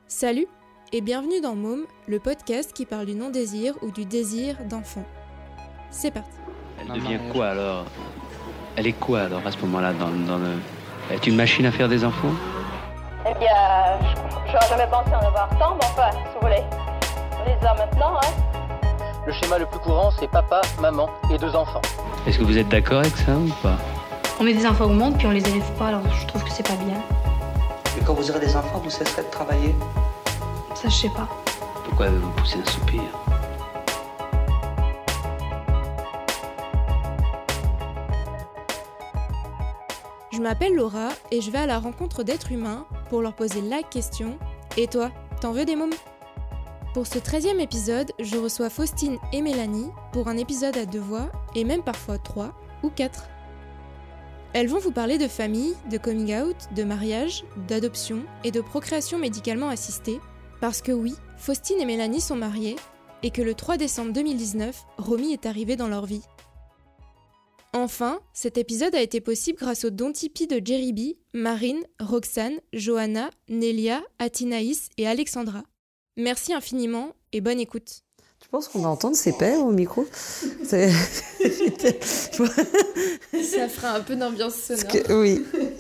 Salut et bienvenue dans Môme, le podcast qui parle du non-désir ou du désir d'enfant. C'est parti. Elle devient quoi alors ? Elle est quoi alors à ce moment-là dans le... Elle est une machine à faire des enfants ? Eh bien, j'aurais jamais pensé en avoir tant, mais enfin, si vous voulez. On les a maintenant, hein. Le schéma le plus courant, c'est papa, maman et 2 enfants. Est-ce que vous êtes d'accord avec ça ou pas ? On met des enfants au monde puis on les élève pas, alors je trouve que c'est pas bien. Et quand vous aurez des enfants, vous cesserez de travailler ? Ça, je sais pas. Pourquoi vous poussez un soupir ? Je m'appelle Laura et je vais à la rencontre d'êtres humains pour leur poser la question « Et toi, t'en veux des mômes ?» Pour ce 13e épisode, je reçois Faustine et Mélanie pour un épisode à 2 voix et même parfois 3 ou 4. Elles vont vous parler de famille, de coming out, de mariage, d'adoption et de procréation médicalement assistée. Parce que oui, Faustine et Mélanie sont mariées et que le 3 décembre 2019, Romy est arrivée dans leur vie. Enfin, cet épisode a été possible grâce aux dons Tipeee de Jerry B, Marine, Roxane, Johanna, Nélia, Atinaïs et Alexandra. Merci infiniment et bonne écoute. Tu penses qu'on va entendre ses pères au micro ? Ça fera un peu d'ambiance sonore. Oui.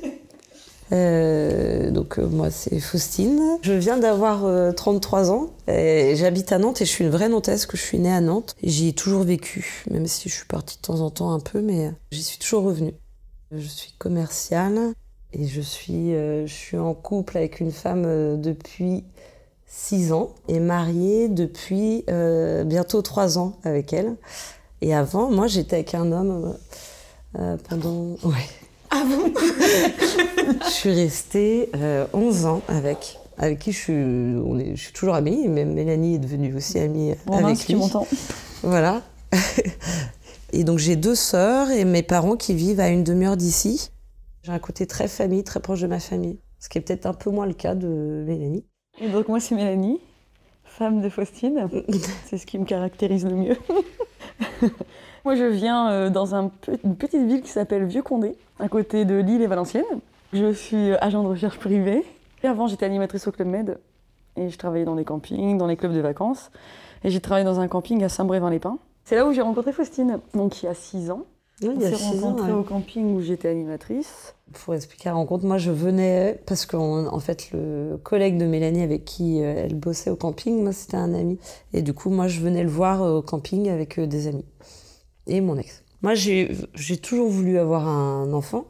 Moi, c'est Faustine. Je viens d'avoir 33 ans. J'habite à Nantes et je suis une vraie Nantaise, que je suis née à Nantes. J'y ai toujours vécu, même si je suis partie de temps en temps un peu, mais j'y suis toujours revenue. Je suis commerciale et je suis en couple avec une femme depuis 6 ans et mariée depuis bientôt 3 ans avec elle. Et avant, moi, j'étais avec un homme pendant... Ouais. Ah bon ? Je suis restée 11 ans avec qui je suis toujours amie. Même Mélanie est devenue aussi amie avec si lui. Tu m'entends. Voilà. Et donc j'ai 2 sœurs et mes parents qui vivent à une demi-heure d'ici. J'ai un côté très famille, très proche de ma famille. Ce qui est peut-être un peu moins le cas de Mélanie. Et donc moi c'est Mélanie, femme de Faustine. C'est ce qui me caractérise le mieux. Moi, je viens dans une petite ville qui s'appelle Vieux-Condé, à côté de Lille et Valenciennes. Je suis agent de recherche privée. Et avant, j'étais animatrice au Club Med. Et je travaillais dans les campings, dans les clubs de vacances. Et j'ai travaillé dans un camping à Saint-Brévin-les-Pins. C'est là où j'ai rencontré Faustine, donc il y a 6 ans. Oui, il y a 6 ans. On s'est rencontrés ouais. au camping où j'étais animatrice. Pour expliquer la rencontre, moi je venais parce qu'en fait le collègue de Mélanie avec qui elle bossait au camping, moi c'était un ami. Et du coup, moi je venais le voir au camping avec des amis. Et mon ex. Moi, j'ai toujours voulu avoir un enfant.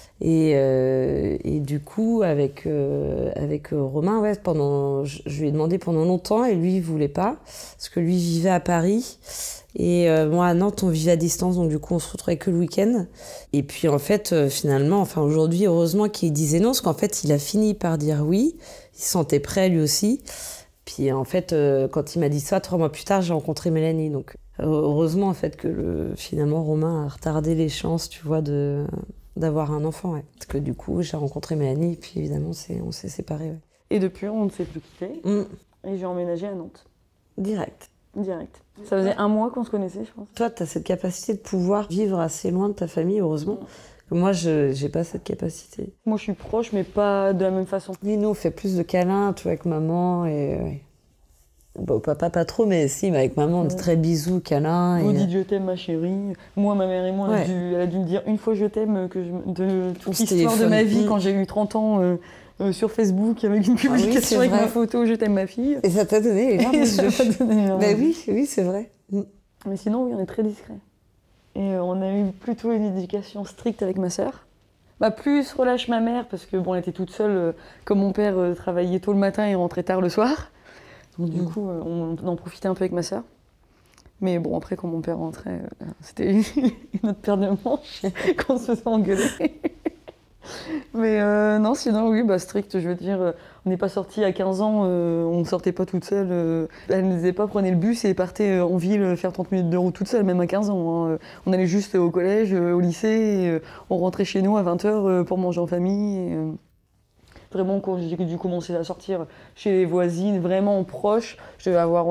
Et du coup, avec Romain, ouais, je lui ai demandé pendant longtemps et lui, il voulait pas. Parce que lui vivait à Paris. Et moi, à Nantes, on vivait à distance. Donc, du coup, on se retrouvait que le week-end. Et puis, en fait, finalement, aujourd'hui, heureusement qu'il disait non. Parce qu'en fait, il a fini par dire oui. Il se sentait prêt, lui aussi. Puis, en fait, quand il m'a dit ça, 3 mois plus tard, j'ai rencontré Mélanie. Donc, heureusement, en fait, que finalement, Romain a retardé les chances, tu vois, d'avoir un enfant. Ouais. Parce que du coup, j'ai rencontré Mélanie, et puis évidemment, on s'est séparés. Ouais. Et depuis, on ne s'est plus quittés. Et j'ai emménagé à Nantes. Direct. Ça faisait 1 mois qu'on se connaissait, je pense. Toi, tu as cette capacité de pouvoir vivre assez loin de ta famille, heureusement. Moi, je n'ai pas cette capacité. Moi, je suis proche, mais pas de la même façon. Et nous, on fait plus de câlins, tu vois, avec maman. Et bon, papa, pas trop, mais si, mais avec maman, on est très bisous, câlins. Vous dites je t'aime, ma chérie. Moi, ma mère et moi, elle a dû me dire une fois je t'aime, de toute l'histoire de ma vie, quand j'ai eu 30 ans, sur Facebook, avec une publication avec ma photo, je t'aime, ma fille. Et ça t'a donné les larmes aux yeux. Ça m'a donné les larmes. Oui, c'est vrai. Mais sinon, oui, on est très discret. Et on a eu plutôt une éducation stricte avec ma sœur. Plus relâche ma mère, parce que bon, elle était toute seule, comme mon père travaillait tôt le matin et rentrait tard le soir. Donc du coup, on en profitait un peu avec ma sœur. Mais bon, après, quand mon père rentrait, c'était une autre paire de manches qu'on se faisait engueuler. Mais non, sinon, oui, strict, je veux dire, on n'est pas sortis à 15 ans, on ne sortait pas toute seule. Elle ne disait pas, prenez le bus et partez en ville faire 30 minutes de route toute seule, même à 15 ans. Hein. On allait juste au collège, au lycée, et, on rentrait chez nous à 20h pour manger en famille. Et, vraiment, quand j'ai dû commencer à sortir chez les voisines, vraiment proches, je devais avoir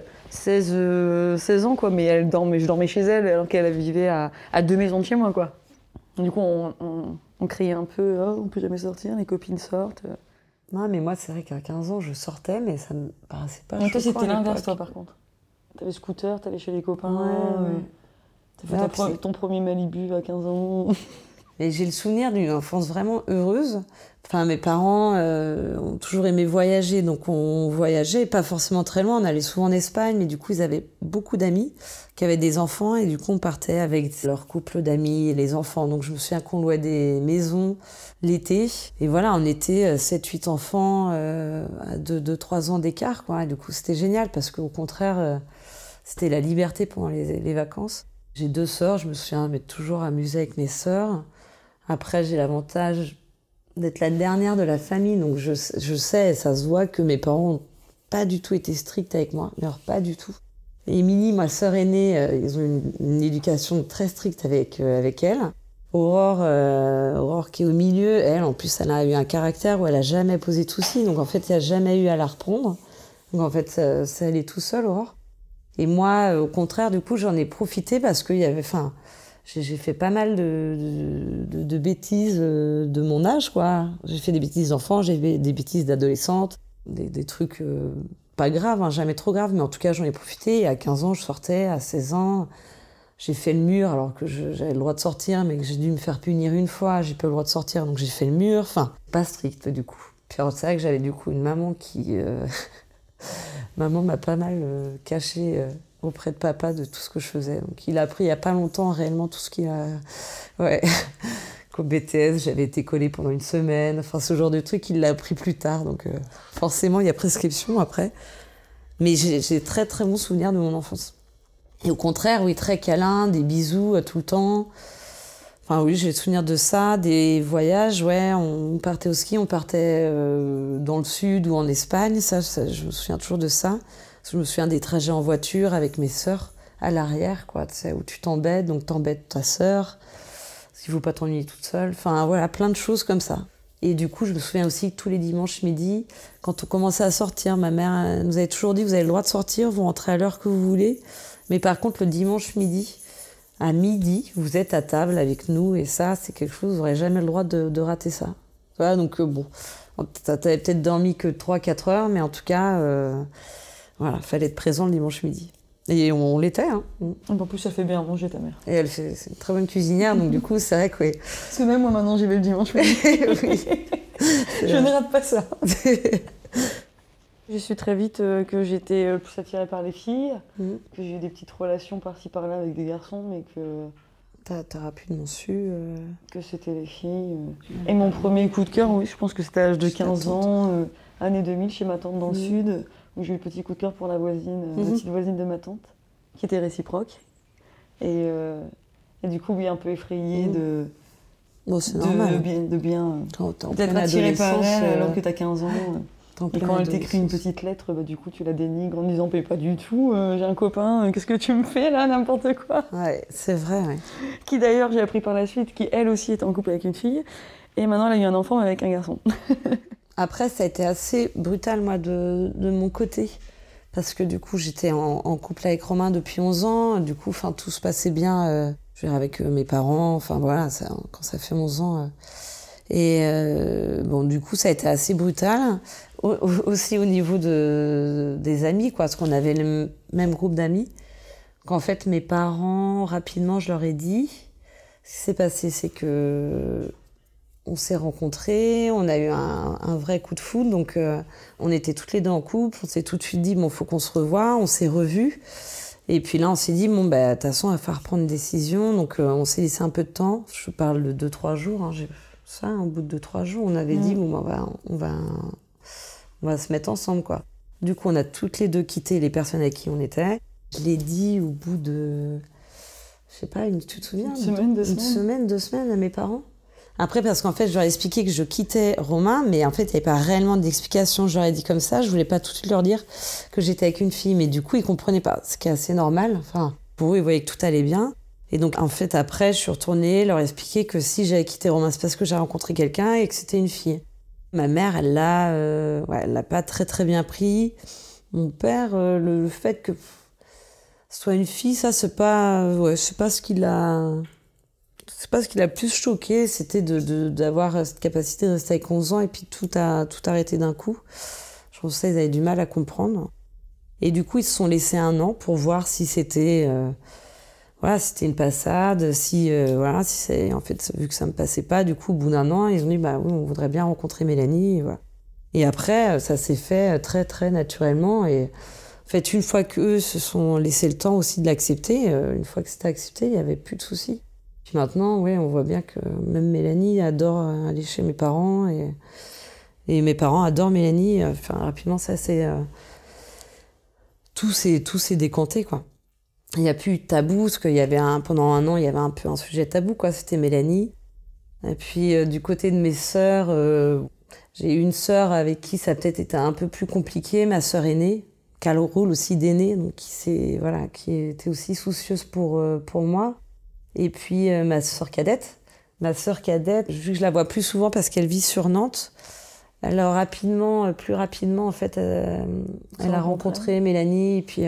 16 ans, quoi, mais je dormais chez elle alors qu'elle vivait à 2 maisons de chez moi, quoi. Du coup, on criait un peu, on peut jamais sortir, les copines sortent. Non, mais moi, c'est vrai qu'à 15 ans, je sortais, mais ça me paraissait pas Mais toi, choquant c'était à l'inverse, l'époque. toi, par contre. T'avais scooter, t'allais chez les copains. Ouais. T'as fait Ouais, ton premier Malibu à 15 ans. Et j'ai le souvenir d'une enfance vraiment heureuse. Enfin, mes parents ont toujours aimé voyager, donc on voyageait, pas forcément très loin. On allait souvent en Espagne, mais du coup, ils avaient beaucoup d'amis qui avaient des enfants, et du coup, on partait avec leur couple d'amis et les enfants. Donc, je me souviens qu'on louait des maisons l'été. Et voilà, on était 7-8 enfants à 2-3 ans d'écart, quoi. Et du coup, c'était génial parce qu'au contraire, c'était la liberté pendant les vacances. J'ai 2 sœurs, je me souviens m'être toujours amusée avec mes sœurs. Après, j'ai l'avantage d'être la dernière de la famille, donc je sais, ça se voit que mes parents n'ont pas du tout été stricts avec moi, mais alors pas du tout. Et Émilie, ma sœur aînée, ils ont une éducation très stricte avec elle. Aurore qui est au milieu, elle, en plus, elle a eu un caractère où elle n'a jamais posé de soucis, donc en fait, il n'y a jamais eu à la reprendre. Donc en fait, ça allait tout seul, Aurore. Et moi, au contraire, du coup, j'en ai profité parce qu'il y avait... J'ai fait pas mal de bêtises de mon âge, quoi. J'ai fait des bêtises d'enfant, j'ai fait des bêtises d'adolescente, des trucs pas graves, hein, jamais trop graves, mais en tout cas, j'en ai profité. Et à 15 ans, je sortais, à 16 ans, j'ai fait le mur alors que j'avais le droit de sortir, mais que j'ai dû me faire punir une fois, j'ai pas le droit de sortir, donc j'ai fait le mur. Enfin, pas strict, du coup. Puis alors, c'est vrai que j'avais du coup une maman qui... Maman m'a pas mal caché... auprès de papa de tout ce que je faisais. Donc il a appris il n'y a pas longtemps réellement tout ce qu'il a... Ouais. Qu'au BTS, j'avais été collée pendant une semaine. Enfin, ce genre de truc, il l'a appris plus tard. Donc forcément, il y a prescription après. Mais j'ai très très bons souvenirs de mon enfance. Et au contraire, oui, très câlin, des bisous tout le temps. Enfin oui, j'ai le souvenir de ça. Des voyages, ouais, on partait au ski, on partait dans le sud ou en Espagne. Ça, je me souviens toujours de ça. Je me souviens des trajets en voiture avec mes sœurs à l'arrière, quoi, tu sais, où tu t'embêtes, donc t'embêtes ta sœur, parce qu'il ne faut pas t'ennuyer toute seule. Enfin, voilà, plein de choses comme ça. Et du coup, je me souviens aussi que tous les dimanches midi, quand on commençait à sortir, ma mère nous avait toujours dit, vous avez le droit de sortir, vous rentrez à l'heure que vous voulez. Mais par contre, le dimanche midi, à midi, vous êtes à table avec nous, et ça, c'est quelque chose, vous n'aurez jamais le droit de rater ça. Voilà, donc bon, t'avais peut-être dormi que 3-4 heures, mais en tout cas... Voilà, fallait être présent le dimanche midi. Et on l'était, hein. En plus, ça fait bien manger, ta mère. Et c'est une très bonne cuisinière, donc du coup, c'est vrai que oui. Parce que même moi, maintenant, j'y vais le dimanche midi. Oui. Je ne rate pas ça. J'ai su très vite que j'étais plus attirée par les filles, que j'ai eu des petites relations par-ci par-là avec des garçons, mais que... T'as rapidement su... Que c'était les filles. Et mon premier coup de cœur, oui, je pense que c'était à l'âge de 15 ans, année 2000, chez ma tante dans le sud, où j'ai eu le petit coup de cœur pour la voisine, la petite voisine de ma tante, qui était réciproque. Et du coup, oui, un peu effrayée Bon, c'est normal. de bien d'être attirée par elle alors que t'as 15 ans. Et quand elle t'écrit une petite lettre, bah, du coup, tu la dénigres en disant « pas du tout, j'ai un copain, qu'est-ce que tu me fais là, n'importe quoi ?» Ouais, c'est vrai, ouais. Qui d'ailleurs, j'ai appris par la suite, qui elle aussi était en couple avec une fille. Et maintenant, elle a eu un enfant avec un garçon. Après, ça a été assez brutal, moi, de mon côté. Parce que du coup, j'étais en couple avec Romain depuis 11 ans. Du coup, tout se passait bien je veux dire, avec mes parents. Enfin, voilà, quand ça fait 11 ans. Bon, du coup, ça a été assez brutal. Aussi au niveau des amis, quoi. Parce qu'on avait le même groupe d'amis. Qu'en fait, mes parents, rapidement, je leur ai dit. Ce qui s'est passé, c'est que... On s'est rencontrés, on a eu un vrai coup de foudre, donc on était toutes les deux en couple, on s'est tout de suite dit, bon, faut qu'on se revoie, on s'est revus, et puis là, on s'est dit, bon, bah, de toute façon, il va falloir prendre une décision, donc on s'est laissé un peu de temps, je parle de 2-3 jours, hein, au bout de 2-3 jours, on avait dit, bon, bah, on va se mettre ensemble, quoi. Du coup, on a toutes les deux quitté les personnes avec qui on était, je l'ai dit au bout de, je sais pas, tu te souviens ? Une semaine, 2 semaines à mes parents. Après, parce qu'en fait, je leur ai expliqué que je quittais Romain, mais en fait, il n'y avait pas réellement d'explication. Je leur ai dit comme ça, je voulais pas tout de suite leur dire que j'étais avec une fille, mais du coup, ils comprenaient pas, ce qui est assez normal. Enfin, pour eux, ils voyaient que tout allait bien. Et donc, en fait, après, je suis retournée leur expliquer que si j'avais quitté Romain, c'est parce que j'ai rencontré quelqu'un et que c'était une fille. Ma mère, elle l'a pas très très bien pris. Mon père, le fait que ce soit une fille, ça, c'est pas ce qu'il a c'est pas ce qui l'a plus choqué, c'était d'avoir cette capacité de rester avec 11 ans et puis tout arrêter d'un coup. Je pense que ça, ils avaient du mal à comprendre. Et du coup, ils se sont laissés 1 an pour voir si c'était c'était une passade, si c'est, en fait, vu que ça me passait pas, du coup, au bout d'1 an, ils ont dit, bah oui, on voudrait bien rencontrer Mélanie, et voilà. Et après, ça s'est fait très, très naturellement. Et en fait, une fois qu'eux se sont laissé le temps aussi de l'accepter, une fois que c'était accepté, il n'y avait plus de soucis. Puis maintenant, oui, on voit bien que même Mélanie adore aller chez mes parents. Et mes parents adorent Mélanie. Rapidement, ça, tout s'est décanté, quoi. Il n'y a plus de tabou, parce qu'il y avait pendant 1 an, il y avait un peu un sujet tabou, quoi. C'était Mélanie. Et puis, du côté de mes sœurs, j'ai une sœur avec qui ça a peut-être été un peu plus compliqué, ma sœur aînée, qui a le rôle aussi d'aînée, donc qui était aussi soucieuse pour moi. Et puis ma sœur cadette. Ma sœur cadette, vu que je la vois plus souvent parce qu'elle vit sur Nantes, alors plus rapidement, en fait, elle a rencontré Mélanie, et puis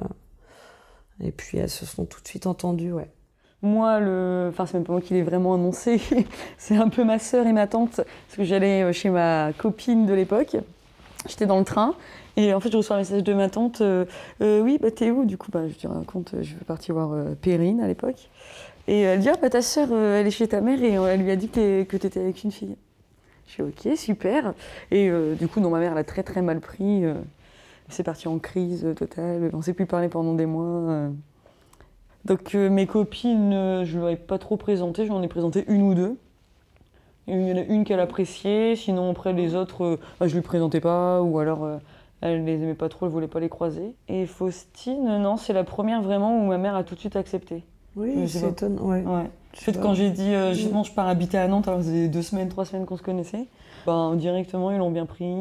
elles se sont tout de suite entendues, ouais. Moi, c'est même pas moi qui l'ai vraiment annoncé, c'est un peu ma sœur et ma tante, parce que j'allais chez ma copine de l'époque, j'étais dans le train, et en fait je reçois un message de ma tante, oui, bah t'es où? Du coup, je lui raconte, je veux partir voir Perrine à l'époque, et elle dit, ta sœur, elle est chez ta mère, et elle lui a dit que t'étais avec une fille. Je suis ok, super, et du coup, ma mère l'a très très mal pris, c'est parti en crise totale, on s'est plus parlé pendant des mois. Donc mes copines, je ne leur ai pas trop présenté, j'en ai présenté 1 ou 2. Il y en a une qu'elle appréciait, sinon après les autres, je ne lui présentais pas, ou alors elle les aimait pas trop, elle ne voulait pas les croiser. Et Faustine, non, c'est la première vraiment où ma mère a tout de suite accepté. Oui, c'est étonnant, ouais. En fait, quand j'ai dit, je pars habiter à Nantes, alors ça faisait 2 semaines, 3 semaines qu'on se connaissait, directement ils l'ont bien pris.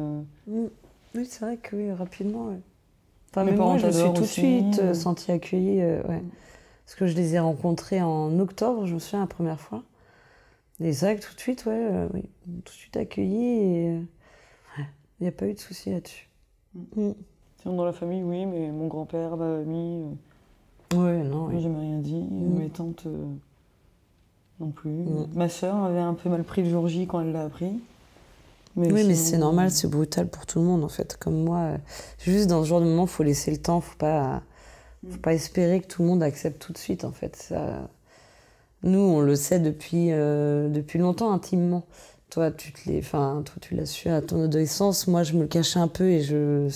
Oui, c'est vrai que oui, rapidement, ouais. Mes parents, je me suis tout de aussi. suite sentie accueillie, ouais. Parce que je les ai rencontrés en octobre, je me souviens, la première fois. Et c'est vrai que tout de suite, oui, tout de suite accueillie, et il n'y a pas eu de souci là-dessus. Sinon, dans la famille, oui, mais mon grand-père, ma mamie, ouais, non, moi, jamais rien dit. Mes tantes, non plus. Ma sœur avait un peu mal pris le jour J quand elle l'a appris. Mais c'est normal, c'est brutal pour tout le monde en fait. Comme moi, juste dans ce genre de moment, il faut laisser le temps, faut pas espérer que tout le monde accepte tout de suite en fait. Ça, nous, on le sait depuis longtemps intimement. Toi, tu l'as su à ton adolescence. Moi, je me le cachais un peu et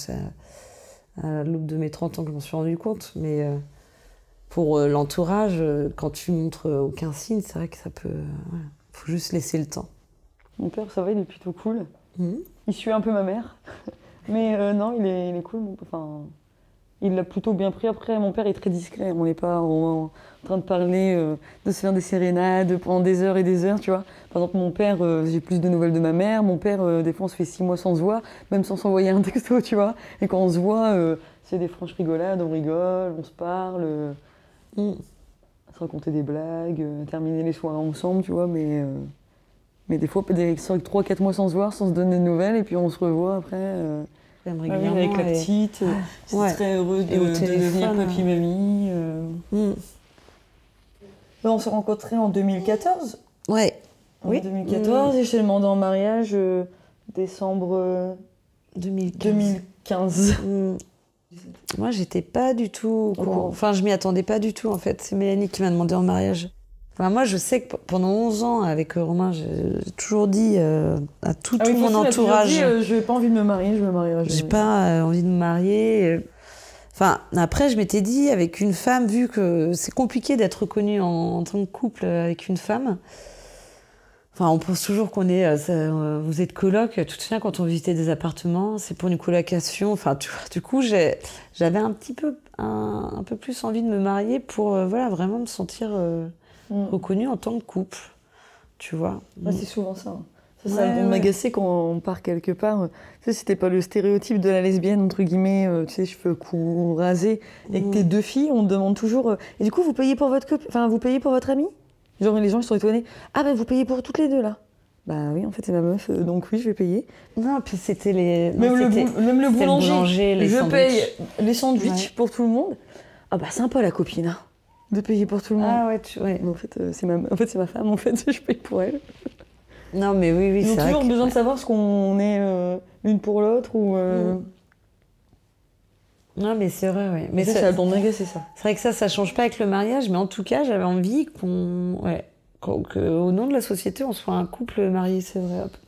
à l'aube de mes 30 ans que je m'en suis rendu compte. Mais pour l'entourage, quand tu montres aucun signe, c'est vrai que ça peut. Faut juste laisser le temps. Mon père, ça va, il est plutôt cool. Il suit un peu ma mère. Mais non, il est cool. Il l'a plutôt bien pris. Après, mon père est très discret. On n'est pas en train de parler, de se faire des sérénades pendant des heures et des heures, tu vois. Par exemple, mon père, j'ai plus de nouvelles de ma mère. Mon père, des fois, on se fait 6 mois sans se voir, même sans s'envoyer un texto, tu vois. Et quand on se voit, c'est des franches rigolades, on rigole, on se parle. Se raconter des blagues, terminer les soirées ensemble, tu vois. Mais des fois, 3-4 mois sans se voir, sans se donner de nouvelles, et puis on se revoit après. Avec la petite, c'est très heureux de devenir papy-mamie. On s'est rencontrés en 2014. Ouais. En 2014, et je t'ai demandé en mariage décembre 2015. Moi, j'étais pas du tout au courant. Enfin, je m'y attendais pas du tout, en fait. C'est Mélanie qui m'a demandé en mariage. Enfin, moi, je sais que pendant 11 ans, avec Romain, j'ai toujours dit à tout mon entourage... je n'ai pas envie de me marier, je me marierai jamais. J'ai pas envie de me marier. Enfin, après, je m'étais dit, avec une femme, vu que c'est compliqué d'être reconnu en tant que couple avec une femme, enfin, on pense toujours qu'on est... vous êtes coloc, tu te souviens, quand on visitait des appartements, c'est pour une colocation. Enfin, du coup, j'avais un peu plus envie de me marier pour vraiment me sentir... reconnu en tant que couple, tu vois. C'est souvent ça. Ça m'agaçait quand on part quelque part. Tu sais, c'était pas le stéréotype de la lesbienne, entre guillemets, tu sais, cheveux courts, rasés, et que t'es 2 filles, on te demande toujours et du coup, vous payez pour votre vous payez pour votre amie? Genre, les gens ils sont étonnés. Ah, vous payez pour toutes les 2 là? Bah oui, en fait, c'est ma meuf, donc oui, je vais payer. Non, puis c'était les... Même le boulanger, les je sandwichs. paye les sandwichs pour tout le monde. Ah bah sympa la copine, hein. De payer pour tout le monde. Ah ouais, Mais en fait, c'est ma femme, en fait, je paye pour elle. Non, mais oui, Ils ont c'est toujours vrai besoin de savoir ce qu'on est l'une pour l'autre ou... Non, mais c'est vrai, oui. Mais ça, bon, c'est ça. C'est vrai que ça change pas avec le mariage, mais en tout cas, j'avais envie qu'au nom de la société, on soit un couple marié, c'est vrai. Un peu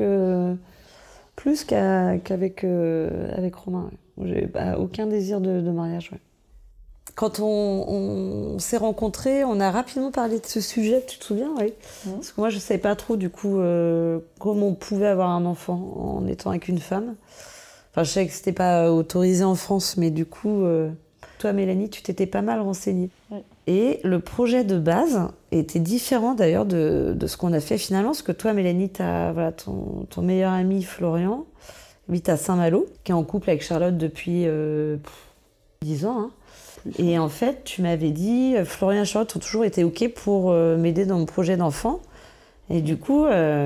plus qu'avec Romain. Ouais. J'ai aucun désir de mariage, ouais. Quand on s'est rencontrés, on a rapidement parlé de ce sujet, tu te souviens, oui. Parce que moi, je savais pas trop, du coup, comment on pouvait avoir un enfant en étant avec une femme. Enfin, je savais que c'était pas autorisé en France, mais du coup, toi, Mélanie, tu t'étais pas mal renseignée. Ouais. Et le projet de base était différent d'ailleurs de ce qu'on a fait finalement, parce que toi, Mélanie, t'as ton meilleur ami Florian, habite à Saint-Malo, qui est en couple avec Charlotte depuis 10 ans. Hein. Et en fait, tu m'avais dit, Florian et Charlotte ont toujours été OK pour m'aider dans mon projet d'enfant. Et du coup,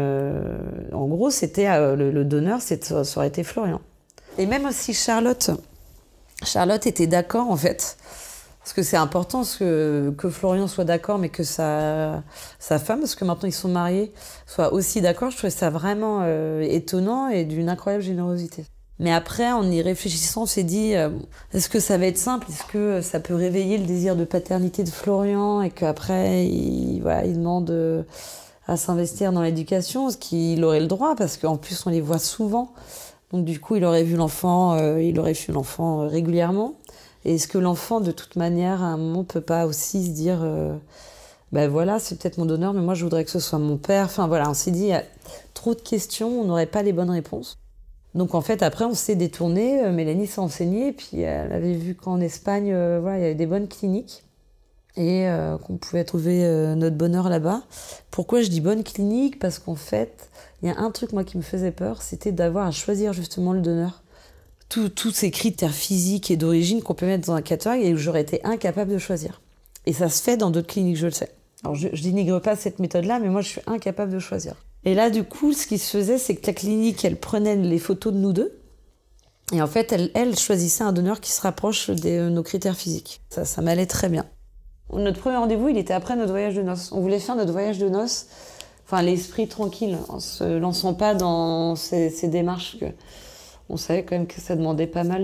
en gros, c'était le donneur, ça aurait été Florian. Et même si Charlotte était d'accord, en fait, parce que c'est important que Florian soit d'accord, mais que sa femme, parce que maintenant ils sont mariés, soit aussi d'accord, je trouvais ça vraiment étonnant et d'une incroyable générosité. Mais après, en y réfléchissant, on s'est dit, est-ce que ça va être simple ? Est-ce que ça peut réveiller le désir de paternité de Florian et qu'après, il demande à s'investir dans l'éducation, ce qu'il aurait le droit, parce qu'en plus, on les voit souvent. Donc du coup, il aurait vu l'enfant régulièrement. Et est-ce que l'enfant, de toute manière, à un moment, peut pas aussi se dire, voilà, c'est peut-être mon donneur, mais moi, je voudrais que ce soit mon père. Enfin voilà, on s'est dit, il y a trop de questions, on n'aurait pas les bonnes réponses. Donc en fait, après, on s'est détourné. Mélanie s'est enseignée, puis elle avait vu qu'en Espagne, il y avait des bonnes cliniques et qu'on pouvait trouver notre bonheur là-bas. Pourquoi je dis bonne clinique ? Parce qu'en fait, il y a un truc, moi, qui me faisait peur, c'était d'avoir à choisir justement le donneur. Tous ces critères physiques et d'origine qu'on peut mettre dans un catalogue et où j'aurais été incapable de choisir. Et ça se fait dans d'autres cliniques, je le sais. Alors, je dénigre pas cette méthode-là, mais moi, je suis incapable de choisir. Et là, du coup, ce qui se faisait, c'est que la clinique, elle prenait les photos de nous deux. Et en fait, elle choisissait un donneur qui se rapproche de nos critères physiques. Ça m'allait très bien. Notre premier rendez-vous, il était après notre voyage de noces. On voulait faire notre voyage de noces, l'esprit tranquille, en se lançant pas dans ces démarches. On savait quand même que ça demandait pas mal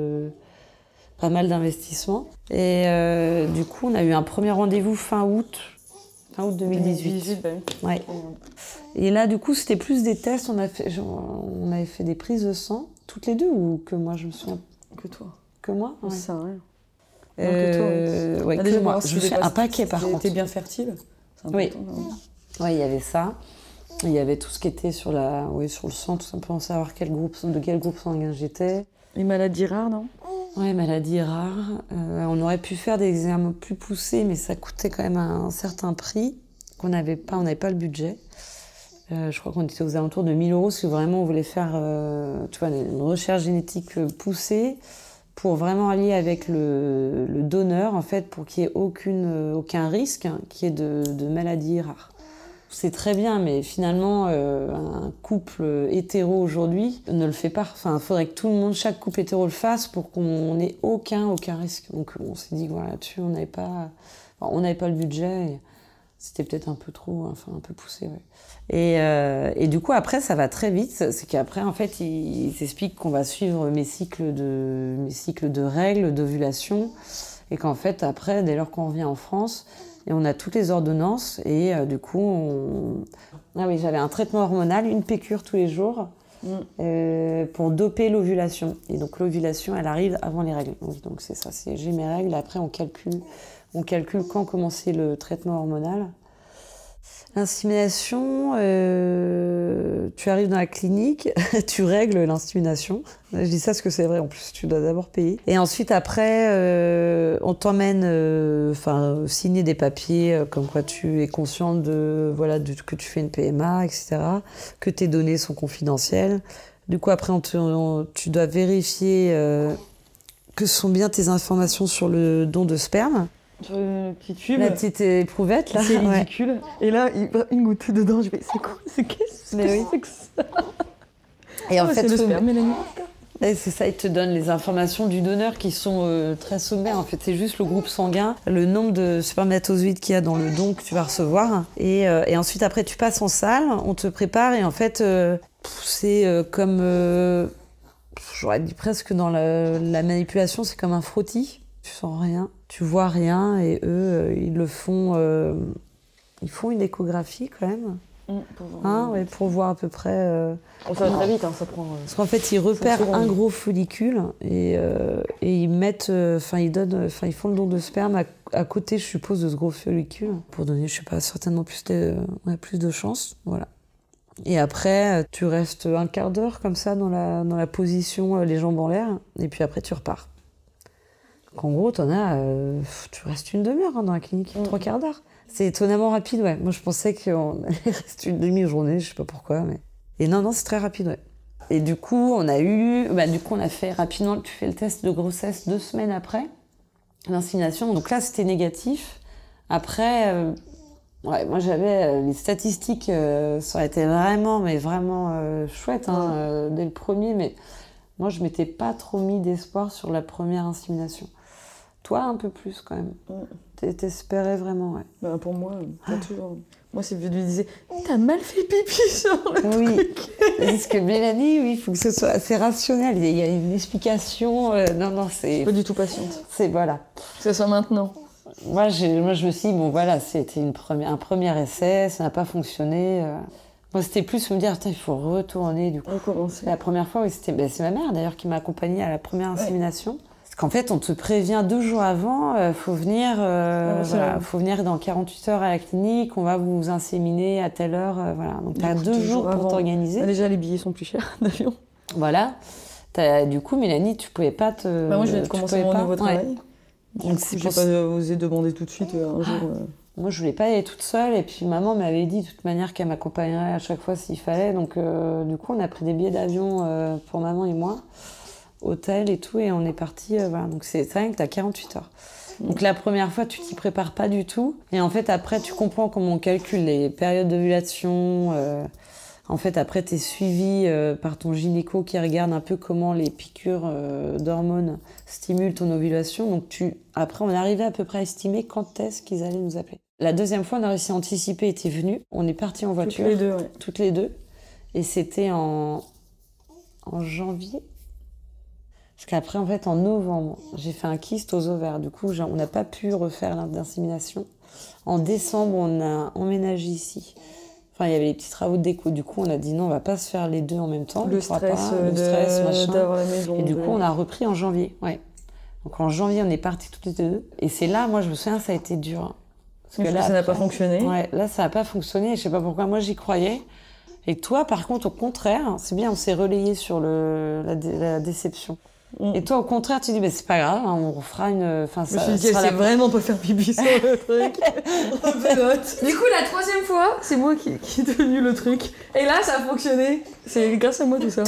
d'investissement. Et du coup, on a eu un premier rendez-vous fin août 2018. Ouais. Et là, du coup, c'était plus des tests. On avait fait des prises de sang, toutes les deux, ou que moi, je me souviens. Que toi. Que moi ? Ouais. Ça, rien. Que toi. Ouais, que moi. Je fais un paquet, par contre. T'es bien fertile. C'est important. Oui, il y avait ça. Il y avait tout ce qui était sur le sang, tout simplement savoir de quel groupe sanguin j'étais. Les maladies rares, non ? Oui, maladies rares. On aurait pu faire des examens plus poussés, mais ça coûtait quand même un certain prix qu'on n'avait pas. On n'avait pas le budget. Je crois qu'on était aux alentours de 1 000 €, si vraiment on voulait faire une recherche génétique poussée pour vraiment allier avec le donneur, en fait, pour qu'il n'y ait aucun risque qu'il y ait de maladies rares. C'est très bien, mais finalement, un couple hétéro aujourd'hui ne le fait pas. Enfin, il faudrait que chaque couple hétéro le fasse pour qu'on n'ait aucun risque. Donc, on s'est dit, voilà, là-dessus, on n'avait pas le budget. Et c'était peut-être un peu trop, un peu poussé, ouais. Et du coup, après, ça va très vite. C'est qu'après, en fait, ils s'expliquent qu'on va suivre mes cycles de règles, d'ovulation. Et qu'en fait, après, dès lors qu'on revient en France, et on a toutes les ordonnances et du coup, j'avais un traitement hormonal, une piqûre tous les jours pour doper l'ovulation. Et donc l'ovulation, elle arrive avant les règles. Donc c'est ça, j'ai mes règles. Après, on calcule quand commencer le traitement hormonal. L'insémination, tu arrives dans la clinique, tu règles l'insémination. Je dis ça parce que c'est vrai, en plus, tu dois d'abord payer. Et ensuite, après, on t'emmène signer des papiers comme quoi tu es consciente que tu fais une PMA, etc., que tes données sont confidentielles. Du coup, après, tu dois vérifier que ce sont bien tes informations sur le don de sperme. Sur le petit tube. La petite éprouvette, là. C'est ridicule. Ouais. Et là, il va une goutte dedans. Je fais, c'est quoi ? Qu'est-ce que c'est que ça ? Et en fait, c'est le sperme, Mélanie. Et c'est ça, ils te donnent les informations du donneur qui sont très sommaires. En fait, c'est juste le groupe sanguin, le nombre de spermatozoïdes qu'il y a dans le don que tu vas recevoir. Et ensuite, après, tu passes en salle, on te prépare. Et en fait, c'est comme... j'aurais dit presque dans la manipulation, c'est comme un frottis. Tu sens rien, tu vois rien. Et eux, ils le font... ils font une échographie quand même. Pour voir à peu près... ça va très vite, ça prend... Parce qu'en fait, ils repèrent un gros follicule et ils mettent... ils font le don de sperme à côté, je suppose, de ce gros follicule pour donner, je sais pas, certainement plus de chance. Voilà. Et après, tu restes un quart d'heure comme ça dans la position, les jambes en l'air, et puis après, tu repars. Donc en gros, tu restes une demi-heure dans la clinique, 3 quarts d'heure. C'est étonnamment rapide, ouais. Moi, je pensais qu'on allait rester une demi-journée, je sais pas pourquoi, mais... Et non, c'est très rapide, ouais. Et du coup, on a fait rapidement, tu fais le test de grossesse 2 semaines après l'insémination. Donc là, c'était négatif. Après, moi, j'avais les statistiques, ça aurait été vraiment chouette, dès le premier, mais moi, je m'étais pas trop mis d'espoir sur la première insémination. Toi, un peu plus, quand même. T'espérais vraiment, ouais. Bah, pour moi, pas toujours. Moi, c'est vu de lui disait t'as mal fait pipi sur le truc. Parce que Mélanie, oui, il faut que ce soit assez rationnel. Il y a une explication. Non, c'est... Pas du tout patiente. C'est, voilà. Que ce soit maintenant. Moi, je me suis dit, bon, voilà, c'était un premier essai, ça n'a pas fonctionné. Moi, c'était plus me dire, il faut retourner, du coup. Recommencer. La première fois, oui, c'est ma mère, d'ailleurs, qui m'a accompagnée à la première insémination. Ouais. Qu'en fait, on te prévient 2 jours avant, faut venir dans 48 heures à la clinique, on va vous inséminer à telle heure, voilà. Donc, tu as 2 jours pour t'organiser. Déjà, les billets sont plus chers d'avion. Voilà. Du coup, Mélanie, tu pouvais pas te... moi, je viens de commencer mon nouveau travail. Ouais. Donc, j'ai pas osé demander tout de suite un jour... Moi, je voulais pas aller toute seule, et puis maman m'avait dit de toute manière qu'elle m'accompagnerait à chaque fois s'il fallait. Donc, du coup, on a pris des billets d'avion pour maman et moi. Hôtel et tout, et on est parti, voilà. Donc c'est vrai que t'as 48 heures. Donc la première fois, tu t'y prépares pas du tout, et en fait après tu comprends comment on calcule les périodes d'ovulation. En fait après t'es suivi par ton gynéco qui regarde un peu comment les piqûres d'hormones stimulent ton ovulation. Donc après on est arrivé à peu près à estimer quand est-ce qu'ils allaient nous appeler. La deuxième fois, on a réussi à anticiper, était venu. On est parti en voiture. Toutes les deux. Et c'était en janvier. Parce qu'après, en fait, en novembre, j'ai fait un kyste aux ovaires. Du coup, on n'a pas pu refaire l'insémination. En décembre, on a emménagé ici. Enfin, il y avait les petits travaux de déco. Du coup, on a dit non, on va pas se faire les deux en même temps. Le stress, machin. D'avoir la maison. Et du coup, on a repris en janvier. Ouais. Donc en janvier, on est partis toutes les deux. Et c'est là, moi, je me souviens, ça a été dur. Parce que là, ça n'a pas fonctionné. Ouais, là, ça n'a pas fonctionné. Je sais pas pourquoi. Moi, j'y croyais. Et toi, par contre, au contraire, c'est bien, on s'est relayé sur la déception. Et toi, au contraire, tu dis, bah, c'est pas grave, hein, on refera une... Je me suis dit, c'est vraiment pas faire pipi sur le truc. Du coup, la 3e fois, c'est moi qui est devenu le truc. Et là, ça a fonctionné. C'est grâce à moi, tout ça.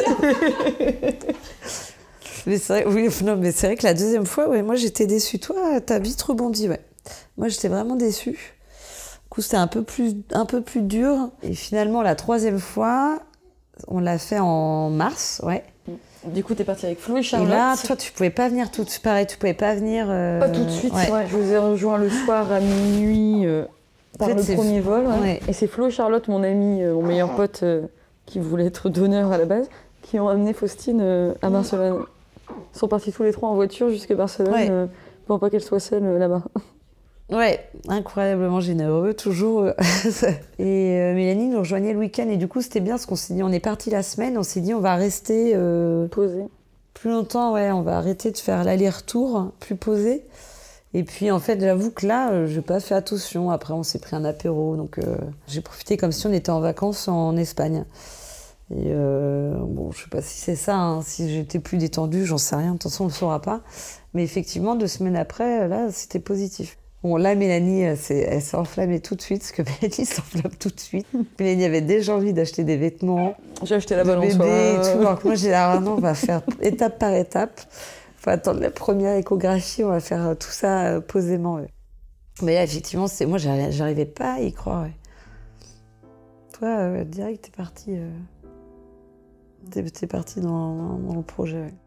Mais c'est vrai que la 2e fois, ouais, moi, j'étais déçue. Toi, t'as vite rebondi, ouais. Moi, j'étais vraiment déçue. Du coup, c'était un peu plus dur. Et finalement, la 3e fois, on l'a fait en mars, ouais. Du coup, t'es partie avec Flo et Charlotte. Et là, toi, tu pouvais pas venir pareil, tu pouvais pas venir... Pas tout de suite, ouais. Je vous ai rejoint le soir à minuit par le premier vol. Ouais. Ouais. Et c'est Flo et Charlotte, mon ami, mon meilleur pote, qui voulait être donneur à la base, qui ont amené Faustine à Barcelone. Ils sont partis tous les 3 en voiture jusqu'à Barcelone, pour pas qu'elle soit seule là-bas. Ouais, incroyablement généreux, toujours. Et Mélanie nous rejoignait le week-end, et du coup, c'était bien, parce qu'on s'est dit, on est parti la semaine, on s'est dit, on va rester... posé. Plus longtemps, ouais, on va arrêter de faire l'aller-retour, plus posé. Et puis, en fait, j'avoue que là, j'ai pas fait attention. Après, on s'est pris un apéro, donc j'ai profité comme si on était en vacances en Espagne. Et bon, je sais pas si c'est ça, hein. Si j'étais plus détendue, j'en sais rien, de toute façon, on le saura pas. Mais effectivement, 2 semaines après, là, c'était positif. Bon, là, Mélanie, elle s'est enflammée tout de suite, parce que Mélanie s'enflamme tout de suite. Mélanie avait déjà envie d'acheter des vêtements. J'ai acheté la balançoire. Bébé et tout. Donc moi, j'ai dit, ah non, on va faire étape par étape. Faut attendre la première échographie, on va faire tout ça posément. Ouais. Mais là, effectivement, moi, j'arrivais pas à y croire. Ouais. Toi, direct, t'es partie T'es parti dans le projet, ouais.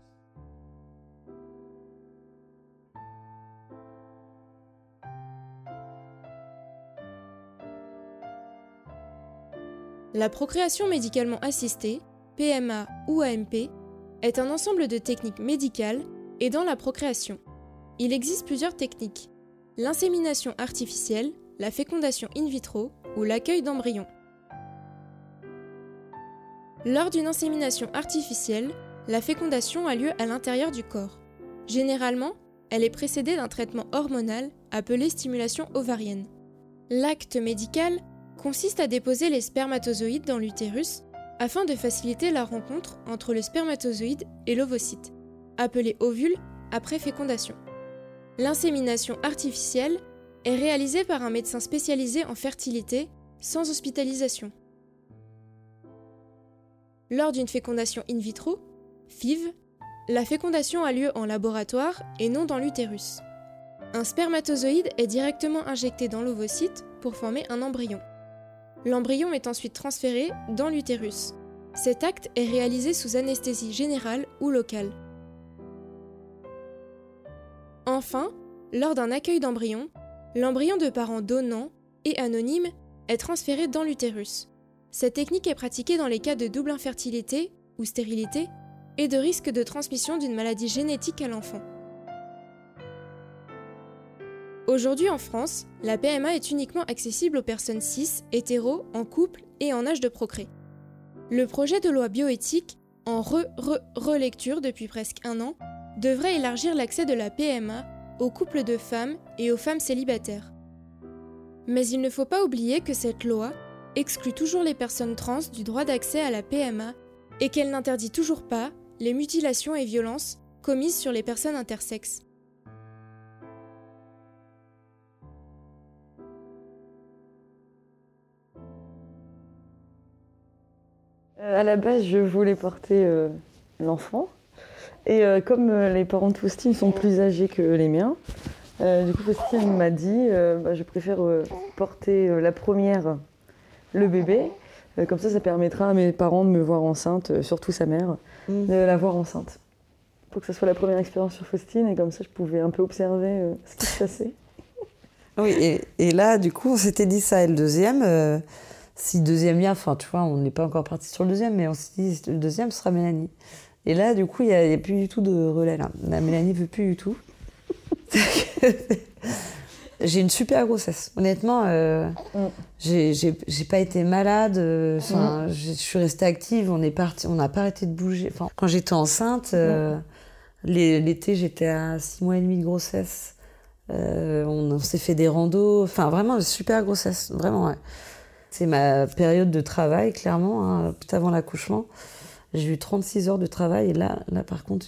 La procréation médicalement assistée, PMA ou AMP, est un ensemble de techniques médicales aidant la procréation. Il existe plusieurs techniques: l'insémination artificielle, la fécondation in vitro ou l'accueil d'embryons. Lors d'une insémination artificielle, la fécondation a lieu à l'intérieur du corps. Généralement, elle est précédée d'un traitement hormonal appelé stimulation ovarienne. L'acte médical consiste à déposer les spermatozoïdes dans l'utérus afin de faciliter la rencontre entre le spermatozoïde et l'ovocyte, appelé ovule après fécondation. L'insémination artificielle est réalisée par un médecin spécialisé en fertilité sans hospitalisation. Lors d'une fécondation in vitro, FIV, la fécondation a lieu en laboratoire et non dans l'utérus. Un spermatozoïde est directement injecté dans l'ovocyte pour former un embryon. L'embryon est ensuite transféré dans l'utérus. Cet acte est réalisé sous anesthésie générale ou locale. Enfin, lors d'un accueil d'embryon, l'embryon de parents donnants et anonymes est transféré dans l'utérus. Cette technique est pratiquée dans les cas de double infertilité ou stérilité et de risque de transmission d'une maladie génétique à l'enfant. Aujourd'hui en France, la PMA est uniquement accessible aux personnes cis, hétéros, en couple et en âge de procréer. Le projet de loi bioéthique, en relecture depuis presque 1 an, devrait élargir l'accès de la PMA aux couples de femmes et aux femmes célibataires. Mais il ne faut pas oublier que cette loi exclut toujours les personnes trans du droit d'accès à la PMA et qu'elle n'interdit toujours pas les mutilations et violences commises sur les personnes intersexes. À la base, je voulais porter l'enfant. Et comme les parents de Faustine sont plus âgés que les miens, du coup Faustine m'a dit je préfère porter la première, le bébé. Comme ça permettra à mes parents de me voir enceinte, surtout sa mère, de la voir enceinte. Pour que ça soit la première expérience sur Faustine, et comme ça je pouvais un peu observer ce qui se passait. Oui, et là, du coup, on s'était dit ça. Et le deuxième, si le deuxième vient, enfin, tu vois, on n'est pas encore parti sur le deuxième, mais on s'est dit le deuxième, ce sera Mélanie. Et là, du coup, il n'y a plus du tout de relais, là. La Mélanie ne veut plus du tout. J'ai une super grossesse. Honnêtement, j'ai pas été malade. Je suis restée active. On n'a pas arrêté de bouger. Enfin, quand j'étais enceinte, l'été, j'étais à 6 mois et demi de grossesse. On s'est fait des randos. Enfin, vraiment, une super grossesse. Vraiment, ouais. C'est ma période de travail, clairement, hein, tout avant l'accouchement. J'ai eu 36 heures de travail. Et là par contre,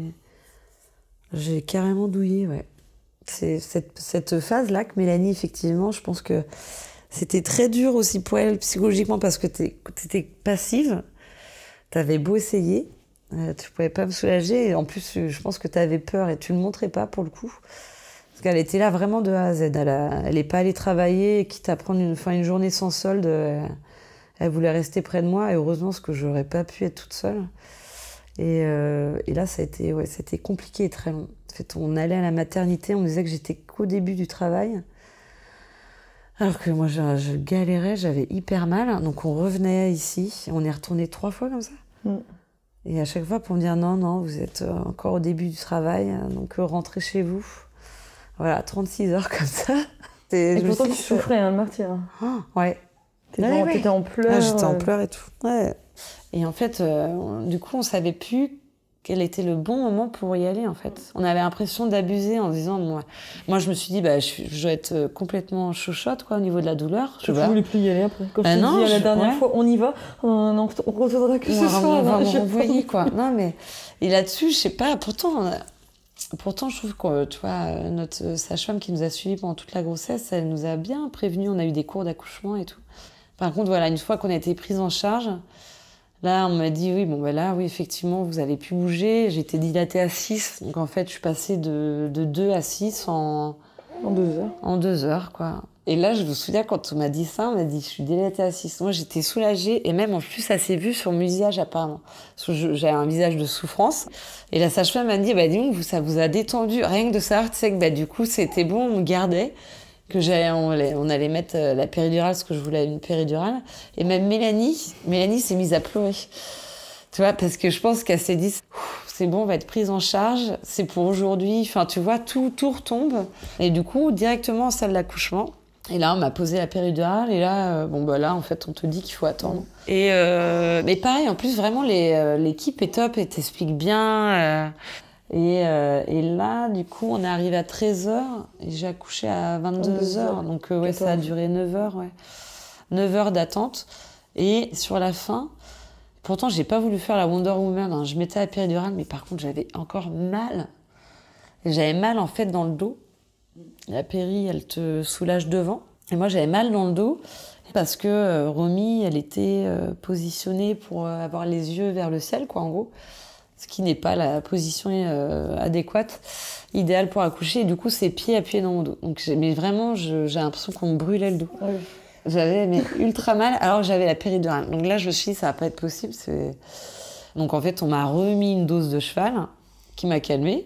j'ai carrément douillé, ouais. C'est cette phase-là que Mélanie, effectivement, je pense que c'était très dur aussi pour elle psychologiquement parce que t'étais passive, t'avais beau essayer, tu pouvais pas me soulager. Et en plus, je pense que t'avais peur et tu le montrais pas pour le coup. Parce qu'elle était là vraiment de A à Z. Elle est pas allée travailler, quitte à prendre une journée sans solde. Elle voulait rester près de moi et heureusement, parce que j'aurais pas pu être toute seule. Et là, c'était compliqué et très long. En fait, on allait à la maternité, on me disait que j'étais qu'au début du travail. Alors que moi, je galérais, j'avais hyper mal. Donc on revenait ici, on est retourné 3 fois comme ça. Et à chaque fois pour me dire non, vous êtes encore au début du travail, donc rentrez chez vous. Voilà, 36 heures comme ça. Et pourtant tu souffrais, hein, le martyr. Ouais. T'étais en pleurs. J'étais en pleurs et tout. Ouais. Et en fait, du coup, on savait plus quel était le bon moment pour y aller, en fait. On avait l'impression d'abuser en disant... Moi, je me suis dit, je dois être complètement chochotte, quoi, au niveau de la douleur. Je voulais plus y aller après. Comme je t'ai dit la dernière fois, on y va, on retournera que ce soir. On va me renvoyer, quoi. Non, mais... Et là-dessus, je sais pas, pourtant, je trouve que, tu vois, notre sage-femme qui nous a suivis pendant toute la grossesse, elle nous a bien prévenus. On a eu des cours d'accouchement et tout. Par contre, voilà, une fois qu'on a été prise en charge... Là, on m'a dit, oui, effectivement, vous avez pu bouger. J'ai été dilatée à 6. Donc, en fait, je suis passée de 2 à 6 en 2 heures. En 2 heures, quoi. Et là, je me souviens, quand on m'a dit ça, on m'a dit, je suis dilatée à 6. Moi, j'étais soulagée. Et même, en plus, ça s'est vu sur mon visage, apparemment. Parce que j'avais un visage de souffrance. Et la sage-femme m'a dit, dis donc, ça vous a détendu. Rien que de savoir, tu sais, que du coup, c'était bon, on me gardait. On allait mettre la péridurale, parce que je voulais une péridurale. Et même Mélanie s'est mise à pleurer. Tu vois, parce que je pense qu'elle s'est dit, c'est bon, on va être prise en charge, c'est pour aujourd'hui. Enfin, tu vois, tout retombe. Et du coup, directement en salle d'accouchement. Et là, on m'a posé la péridurale. Et là, là, en fait, on te dit qu'il faut attendre. Et mais pareil, en plus, vraiment, l'équipe est top et t'explique bien. Et là, du coup, on est arrivé à 13h et j'ai accouché à 22h. Donc, ça a duré 9h, 9h d'attente. Et sur la fin, pourtant, j'ai pas voulu faire la Wonder Woman. Hein. Je mettais la péridurale, mais par contre, j'avais encore mal. Et j'avais mal, en fait, dans le dos. La péri, elle te soulage devant. Et moi, j'avais mal dans le dos parce que Romy, elle était positionnée pour avoir les yeux vers le ciel, quoi, en gros. Ce qui n'est pas la position adéquate, idéale pour accoucher. Et du coup, ses pieds appuyés dans mon dos. Donc, mais vraiment, j'ai l'impression qu'on me brûlait le dos. Oui. J'avais ultra mal alors que j'avais la péridurale. Donc là, je me suis dit, ça va pas être possible. Donc en fait, on m'a remis une dose de cheval qui m'a calmée.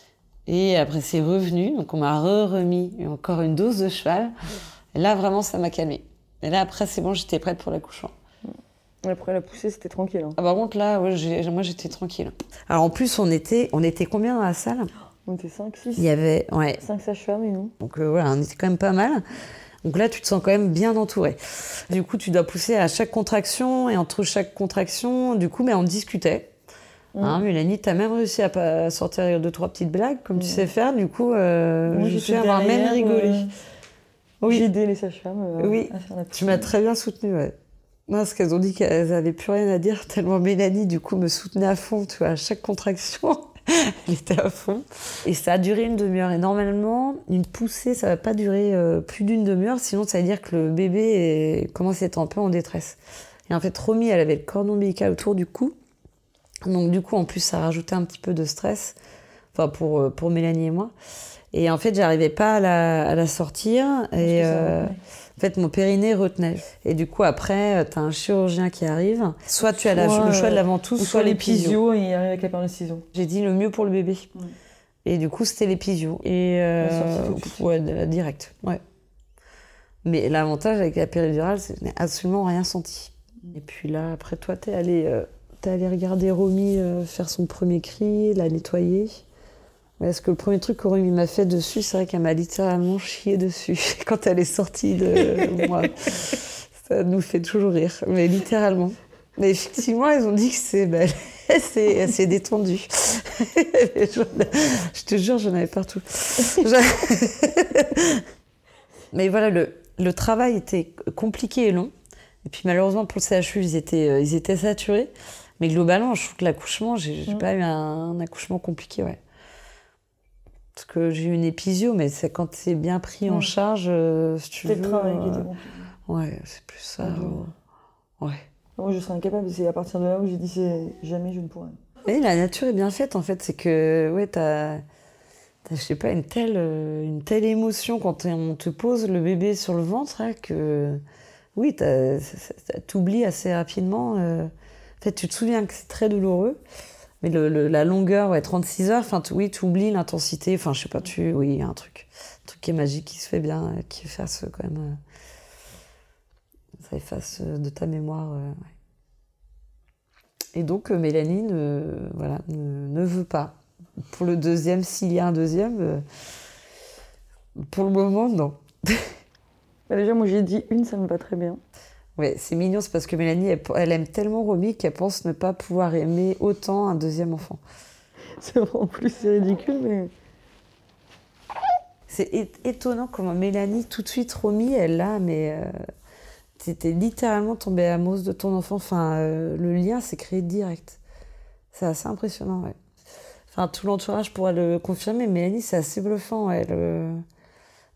Et après, c'est revenu. Donc on m'a remis encore une dose de cheval. Et là, vraiment, ça m'a calmée. Et là, après, c'est bon, j'étais prête pour l'accouchement. Après la poussée, c'était tranquille. Hein. Ah, par contre, là, moi, j'étais tranquille. Alors en plus, on était combien dans la salle ? On était 5, 6. Il y avait 5 sages-femmes et nous. Donc voilà, on était quand même pas mal. Donc là, tu te sens quand même bien entourée. Du coup, tu dois pousser à chaque contraction. Et entre chaque contraction, du coup, on discutait. Hein, Mélanie, t'as même réussi à sortir 2-3 petites blagues, comme tu sais faire. Du coup, moi, je suis avoir même rigolé. Oui. J'ai aidé les sages-femmes à faire la poussée. Tu m'as très bien soutenue, ouais. Non, parce qu'elles ont dit qu'elles n'avaient plus rien à dire, tellement Mélanie, du coup, me soutenait à fond, tu vois, à chaque contraction. Elle était à fond. Et ça a duré une demi-heure. Et normalement, une poussée, ça ne va pas durer plus d'une demi-heure, sinon ça veut dire que le bébé commence à être un peu en détresse. Et en fait, Romy, elle avait le cordon ombilical autour du cou. Donc du coup, en plus, ça rajoutait un petit peu de stress, enfin pour Mélanie et moi. Et en fait, j'arrivais pas à la sortir. Et en fait, mon périnée retenait. Et du coup, après, t'as un chirurgien qui arrive. Soit tu as le choix de la ventouse, soit l'épisio. Et il arrive avec la perlucision. J'ai dit le mieux pour le bébé. Et du coup, c'était l'épisio. Et direct. Ouais. Mais l'avantage avec la péridurale, c'est que je n'ai absolument rien senti. Et puis là, après, toi, t'es allé regarder Romy faire son premier cri, la nettoyer. Parce que le premier truc que Romy m'a fait dessus, c'est vrai qu'elle m'a littéralement chié dessus quand elle est sortie de moi. Ça nous fait toujours rire, mais littéralement. Mais effectivement, ils ont dit que c'est détendu. Je te jure, j'en avais partout. Mais voilà, le travail était compliqué et long. Et puis malheureusement, pour le CHU, ils étaient saturés. Mais globalement, je trouve que l'accouchement, j'ai pas eu un accouchement compliqué, ouais. Parce que j'ai eu une épisio, mais c'est quand c'est bien pris en charge, si tu veux. C'est le travail qui était compliqué. Ouais, c'est plus ça. Ouais. Moi, je serais incapable. C'est à partir de là où j'ai dit jamais je ne pourrais. Et la nature est bien faite, en fait. C'est que, t'as je sais pas, une telle émotion quand on te pose le bébé sur le ventre, hein, que, oui, t'oublies assez rapidement. En fait, tu te souviens que c'est très douloureux. Mais la longueur, 36 heures, enfin, tu oublies l'intensité, enfin, je sais pas, oui, il y a un truc qui est magique, qui se fait bien, qui efface quand même, ça efface de ta mémoire, ouais. Et donc, Mélanie ne veut pas. Pour le deuxième, s'il y a un deuxième, pour le moment, non. Déjà, moi, j'ai dit une, ça me va très bien. Ouais, c'est mignon, c'est parce que Mélanie, elle aime tellement Romy qu'elle pense ne pas pouvoir aimer autant un deuxième enfant. C'est en plus, c'est ridicule, mais... C'est étonnant comment Mélanie, tout de suite, Romy, elle l'a, mais t'étais littéralement tombée amoureuse de ton enfant. Enfin, le lien s'est créé direct. C'est assez impressionnant, ouais. Enfin, tout l'entourage pourra le confirmer, Mélanie, c'est assez bluffant, ouais.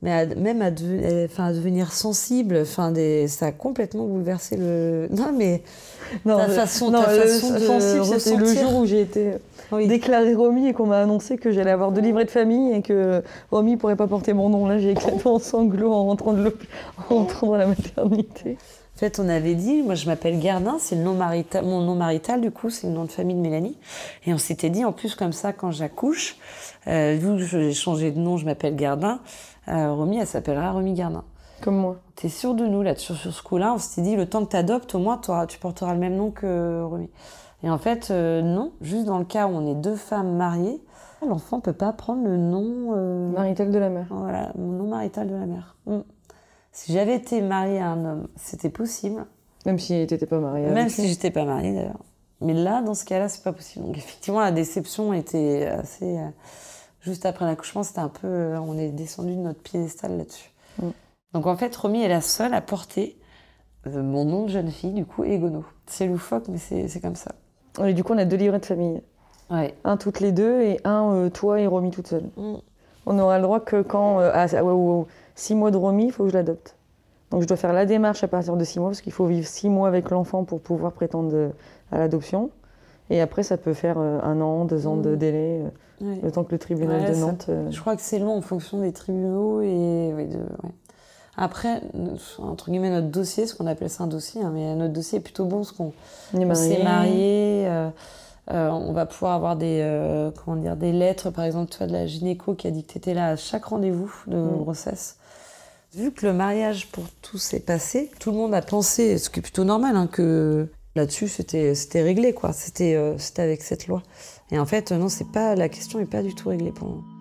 Mais même à devenir sensible, ça a complètement bouleversé le... Non, mais ta façon de sensible, ressentir. c'était le jour où j'ai été déclarée Romy et qu'on m'a annoncé que j'allais avoir 2 livrets de famille et que Romy pourrait pas porter mon nom. Là, j'ai éclaté en sanglots en rentrant dans la maternité. En fait, on avait dit, moi je m'appelle Gardin, c'est le nom marital, mon nom marital, du coup, c'est le nom de famille de Mélanie. Et on s'était dit, en plus, comme ça, quand j'accouche, vu que j'ai changé de nom, je m'appelle Gardin, Romy, elle s'appellera Romy Gardin. Comme moi. T'es sûre de nous, là-dessus, sur ce coup-là, on s'était dit, le temps que t'adoptes, au moins, tu porteras le même nom que Romy. Et en fait, non, juste dans le cas où on est 2 femmes mariées, l'enfant peut pas prendre le nom... marital de la mère. Voilà, mon nom marital de la mère. Si j'avais été mariée à un homme, c'était possible. Même si t'étais pas mariée. Même si j'étais pas mariée, d'ailleurs. Mais là, dans ce cas-là, c'est pas possible. Donc effectivement, la déception était assez... Juste après l'accouchement, c'était un peu... on est descendu de notre piédestal là-dessus. Donc en fait, Romy est la seule à porter mon nom de jeune fille, du coup, Egono. C'est loufoque, mais c'est comme ça. Et du coup, on a 2 livrets de famille. Ouais. Un toutes les 2 et un toi et Romy toute seule. On aura le droit que quand... 6 mois de Romy, il faut que je l'adopte. Donc je dois faire la démarche à partir de 6 mois, parce qu'il faut vivre 6 mois avec l'enfant pour pouvoir prétendre à l'adoption. Et après, ça peut faire 1 an, 2 ans de délai, le temps que le tribunal de Nantes... Je crois que c'est long en fonction des tribunaux et... Après, entre guillemets, notre dossier, ce qu'on appelle ça un dossier, mais notre dossier est plutôt bon, parce qu'on s'est mariés, on va pouvoir avoir des lettres, par exemple, toi, de la gynéco qui a dit que tu étais là à chaque rendez-vous de grossesse. Vu que le mariage pour tous s'est passé, tout le monde a pensé, ce qui est plutôt normal, que là-dessus, c'était réglé, quoi. C'était avec cette loi. Et en fait, non, la question n'est pas du tout réglée pour nous.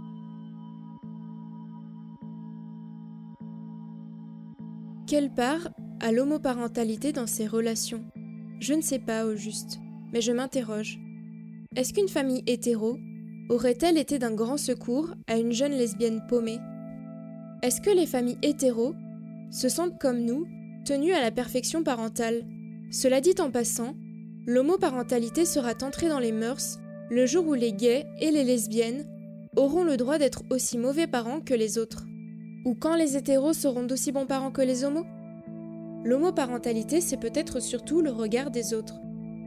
Quelle part a l'homoparentalité dans ces relations ? Je ne sais pas au juste, mais je m'interroge. Est-ce qu'une famille hétéro aurait-elle été d'un grand secours à une jeune lesbienne paumée ? Est-ce que les familles hétéros se sentent comme nous, tenues à la perfection parentale ? Cela dit en passant, l'homoparentalité sera entrée dans les mœurs le jour où les gays et les lesbiennes auront le droit d'être aussi mauvais parents que les autres. Ou quand les hétéros seront d'aussi bons parents que les homos ? L'homoparentalité, c'est peut-être surtout le regard des autres,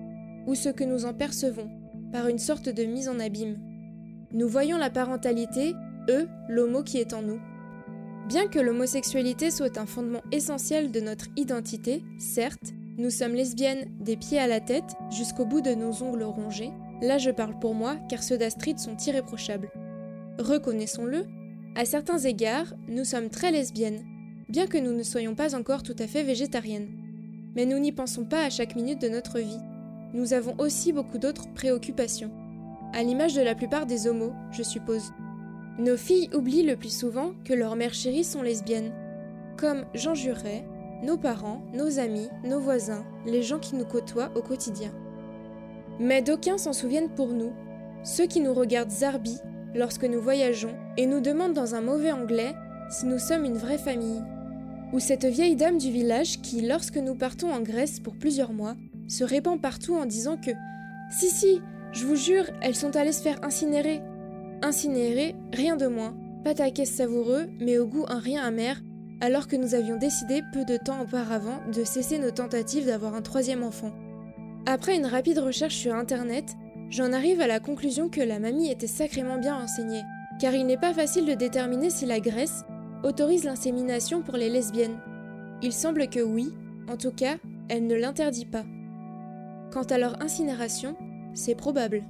ou ce que nous en percevons, par une sorte de mise en abîme. Nous voyons la parentalité, eux, l'homo qui est en nous. Bien que l'homosexualité soit un fondement essentiel de notre identité, certes, nous sommes lesbiennes des pieds à la tête jusqu'au bout de nos ongles rongés. Là je parle pour moi, car ceux d'Astrid sont irréprochables. Reconnaissons-le, à certains égards, nous sommes très lesbiennes, bien que nous ne soyons pas encore tout à fait végétariennes. Mais nous n'y pensons pas à chaque minute de notre vie. Nous avons aussi beaucoup d'autres préoccupations. À l'image de la plupart des homos, je suppose. Nos filles oublient le plus souvent que leurs mères chéries sont lesbiennes. Comme j'en jurerais, nos parents, nos amis, nos voisins, les gens qui nous côtoient au quotidien. Mais d'aucuns s'en souviennent pour nous, ceux qui nous regardent zarbi lorsque nous voyageons et nous demandent dans un mauvais anglais si nous sommes une vraie famille. Ou cette vieille dame du village qui, lorsque nous partons en Grèce pour plusieurs mois, se répand partout en disant que « Si, je vous jure, elles sont allées se faire incinérer ». Incinérer, rien de moins, pataquès savoureux, mais au goût un rien amer, alors que nous avions décidé peu de temps auparavant de cesser nos tentatives d'avoir un 3e enfant. Après une rapide recherche sur internet, j'en arrive à la conclusion que la mamie était sacrément bien renseignée, car il n'est pas facile de déterminer si la Grèce autorise l'insémination pour les lesbiennes. Il semble que oui, en tout cas, elle ne l'interdit pas. Quant à leur incinération, c'est probable.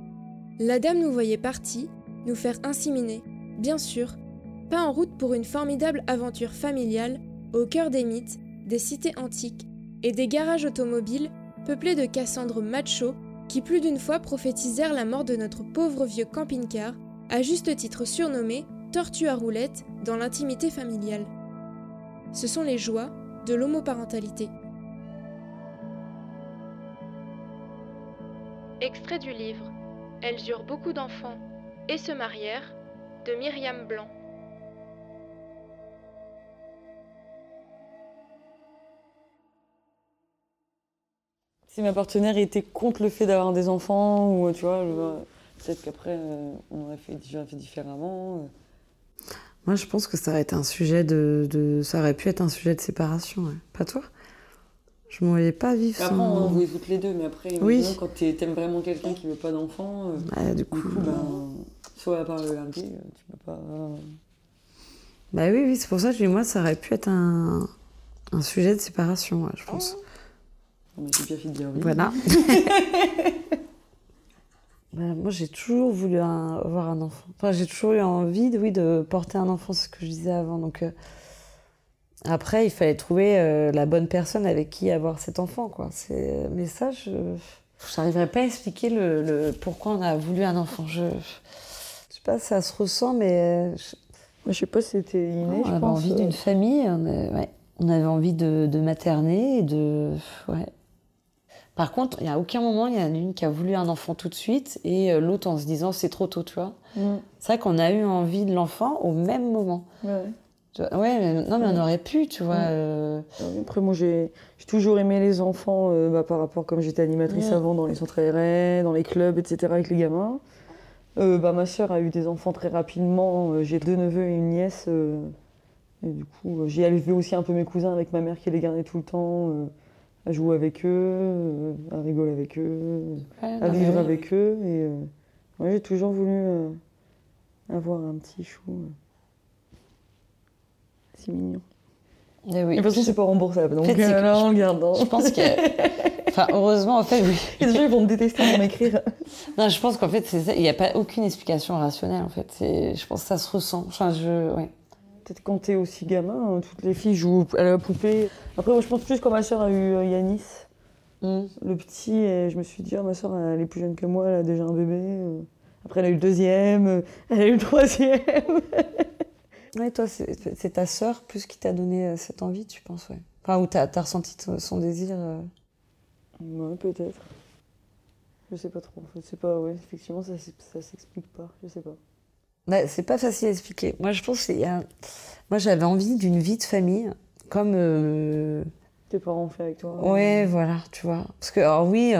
La dame nous voyait partis, nous faire inséminer, bien sûr, pas en route pour une formidable aventure familiale au cœur des mythes, des cités antiques et des garages automobiles peuplés de Cassandres machos qui plus d'une fois prophétisèrent la mort de notre pauvre vieux camping-car, à juste titre surnommé tortue à roulettes dans l'intimité familiale. Ce sont les joies de l'homoparentalité. Extrait du livre « Elles eurent beaucoup d'enfants et se marièrent » de Myriam Blanc. Si ma partenaire était contre le fait d'avoir des enfants, ou tu vois, peut-être qu'après on aurait fait différemment. Moi, je pense que ça aurait été un sujet ça aurait pu être un sujet de séparation, ouais. Pas toi ? Je ne me voyais pas vivre après, sans... on voulait toutes les deux, mais après, oui. quand t'aimes vraiment quelqu'un qui veut pas d'enfant, du coup soit à part le larguer, tu peux pas... Bah oui, c'est pour ça que je dis, moi, ça aurait pu être un sujet de séparation, ouais, je pense. Mais j'ai bien fait de dire oui. Voilà. Moi, j'ai toujours voulu avoir un enfant. Enfin, j'ai toujours eu envie de porter un enfant, c'est ce que je disais avant. Donc, après, il fallait trouver la bonne personne avec qui avoir cet enfant, quoi. Mais ça, je n'arriverais pas à expliquer le pourquoi on a voulu un enfant. Je sais pas, ça se ressent, mais... Je sais pas si c'était inné, je pense. On avait envie d'une famille, on avait envie de materner et de... Ouais. Par contre, il n'y a aucun moment, il y en a une qui a voulu un enfant tout de suite et l'autre en se disant c'est trop tôt, tu vois. C'est vrai qu'on a eu envie de l'enfant au même moment. Mais on aurait pu, tu vois. Après, moi, j'ai toujours aimé les enfants par rapport, comme j'étais animatrice avant dans les centres ARN, dans les clubs, etc., avec les gamins. Ma sœur a eu des enfants très rapidement. J'ai 2 neveux et une nièce. Et du coup, j'ai élevé aussi un peu mes cousins avec ma mère qui les gardait tout le temps, à jouer avec eux, à rigoler avec eux, à vivre avec eux. Et j'ai toujours voulu avoir un petit chou. C'est mignon. Et oui. De toute façon, c'est pas remboursable, donc en fait, là, on le garde. Je pense que... Enfin, heureusement, en fait, oui. Et déjà, ils vont me détester pour m'écrire. Non, je pense qu'en fait, c'est ça. Il n'y a pas aucune explication rationnelle, en fait. Je pense que ça se ressent. Enfin, ouais. Peut-être quand t'es aussi gamin, toutes les filles jouent à la poupée. Après, moi, je pense plus quand ma sœur a eu Yanis, le petit, et je me suis dit, ma sœur, elle est plus jeune que moi, elle a déjà un bébé. Après, elle a eu le 2e, elle a eu le 3e. Ouais, toi, c'est ta sœur plus qui t'a donné cette envie, tu penses, ouais. Enfin, où t'as ressenti son désir. Ouais, peut-être. Je sais pas trop. C'est pas, effectivement, ça s'explique pas. Je sais pas. Ouais, c'est pas facile à expliquer. Moi, je pense moi, j'avais envie d'une vie de famille, comme... Tes parents ont fait avec toi. Ouais, voilà, tu vois. Parce que, alors oui,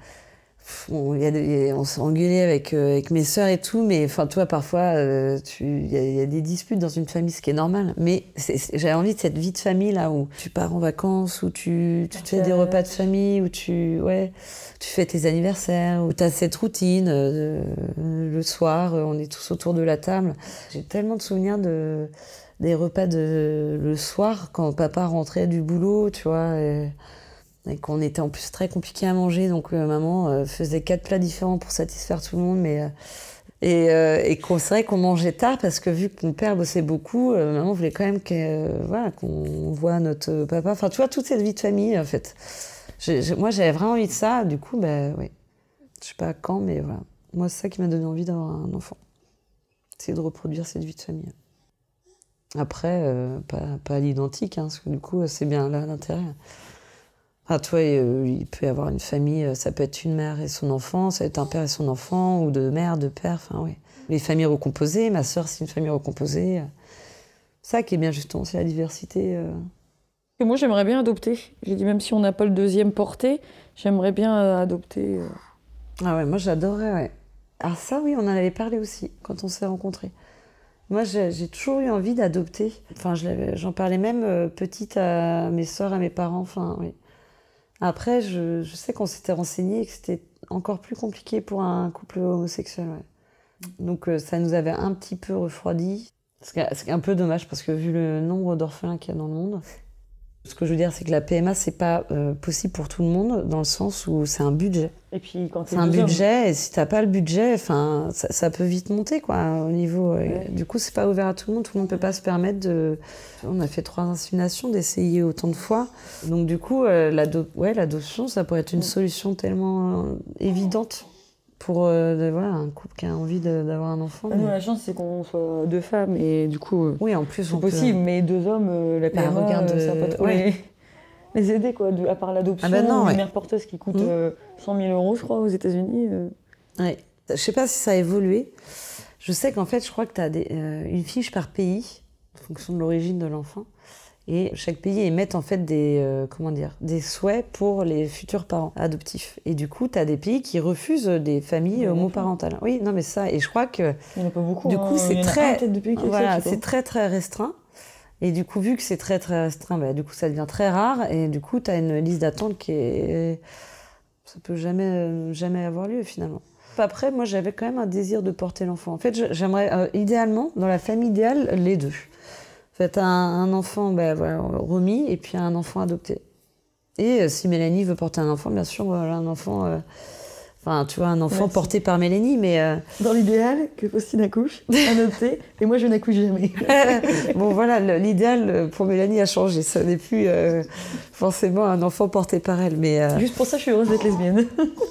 on s'est engueulé avec mes sœurs et tout, mais enfin, toi, parfois, il y a des disputes dans une famille, ce qui est normal. Mais j'avais envie de cette vie de famille, là, où tu pars en vacances, où tu te fais des repas de famille, où tu fais tes anniversaires, où tu as cette routine. Le soir, on est tous autour de la table. J'ai tellement de souvenirs des repas le soir, quand papa rentrait du boulot, tu vois, et qu'on était en plus très compliqué à manger, donc maman faisait 4 plats différents pour satisfaire tout le monde, mais et c'est vrai qu'on mangeait tard parce que vu que mon père bossait beaucoup, maman voulait quand même qu'on voit notre papa, enfin tu vois, toute cette vie de famille en fait. Moi j'avais vraiment envie de ça, du coup oui, je sais pas quand, mais voilà, moi c'est ça qui m'a donné envie d'avoir un enfant, c'est de reproduire cette vie de famille. Après pas à l'identique, parce que du coup c'est bien là l'intérêt. Enfin, tu vois, il peut y avoir une famille, ça peut être une mère et son enfant, ça peut être un père et son enfant, ou de mère, de père, enfin oui. Les familles recomposées, ma sœur c'est une famille recomposée. Ça qui est bien justement, c'est la diversité. Et moi j'aimerais bien adopter. J'ai dit même si on n'a pas le 2e porté, j'aimerais bien adopter. Ah ouais, moi j'adorerais, ouais. Ah ça oui, on en avait parlé aussi quand on s'est rencontrés. Moi j'ai toujours eu envie d'adopter. Enfin j'en parlais même petite à mes sœurs, à mes parents, enfin oui. Après, je sais qu'on s'était renseigné et que c'était encore plus compliqué pour un couple homosexuel. Ouais. Donc ça nous avait un petit peu refroidi. C'est un peu dommage parce que vu le nombre d'orphelins qu'il y a dans le monde, ce que je veux dire, c'est que la PMA, c'est pas possible pour tout le monde dans le sens où c'est un budget. Et puis quand c'est un budget, et si t'as pas le budget, enfin, ça peut vite monter quoi au niveau. Du coup, c'est pas ouvert à tout le monde peut pas se permettre de. On a fait 3 inséminations, d'essayer autant de fois. Donc du coup, l'adoption, ça pourrait être une solution tellement évidente pour un couple qui a envie d'avoir un enfant. Nous, la chance, c'est qu'on soit 2 femmes et du coup, oui, en plus, c'est possible. Mais 2 hommes, la PMA, ça va pas trop les aider, quoi. À part l'adoption, une mère porteuse qui coûte 100 000 €, je crois, aux États-Unis. Ouais. Je sais pas si ça a évolué. Je sais qu'en fait, je crois que tu as une fiche par pays, en fonction de l'origine de l'enfant. Et chaque pays émet en fait des souhaits pour les futurs parents adoptifs. Et du coup, tu as des pays qui refusent des familles homoparentales. Oui, non mais ça, et je crois que... Il n'y en a pas beaucoup. Du coup, c'est c'est très très restreint. Et du coup, vu que c'est très très restreint, du coup, ça devient très rare. Et du coup, tu as une liste d'attente qui est... Ça peut jamais avoir lieu finalement. Après, moi, j'avais quand même un désir de porter l'enfant. En fait, j'aimerais, idéalement, dans la famille idéale, les deux. En fait, un enfant, Romy, et puis un enfant adopté. Et si Mélanie veut porter un enfant, bien sûr, voilà, un enfant... un enfant porté par Mélanie, mais... Dans l'idéal, que Faustine accouche, adopté, et moi, je n'accouche jamais. Bon, voilà, l'idéal pour Mélanie a changé. Ça n'est plus forcément un enfant porté par elle, mais... Juste pour ça, je suis heureuse d'être lesbienne.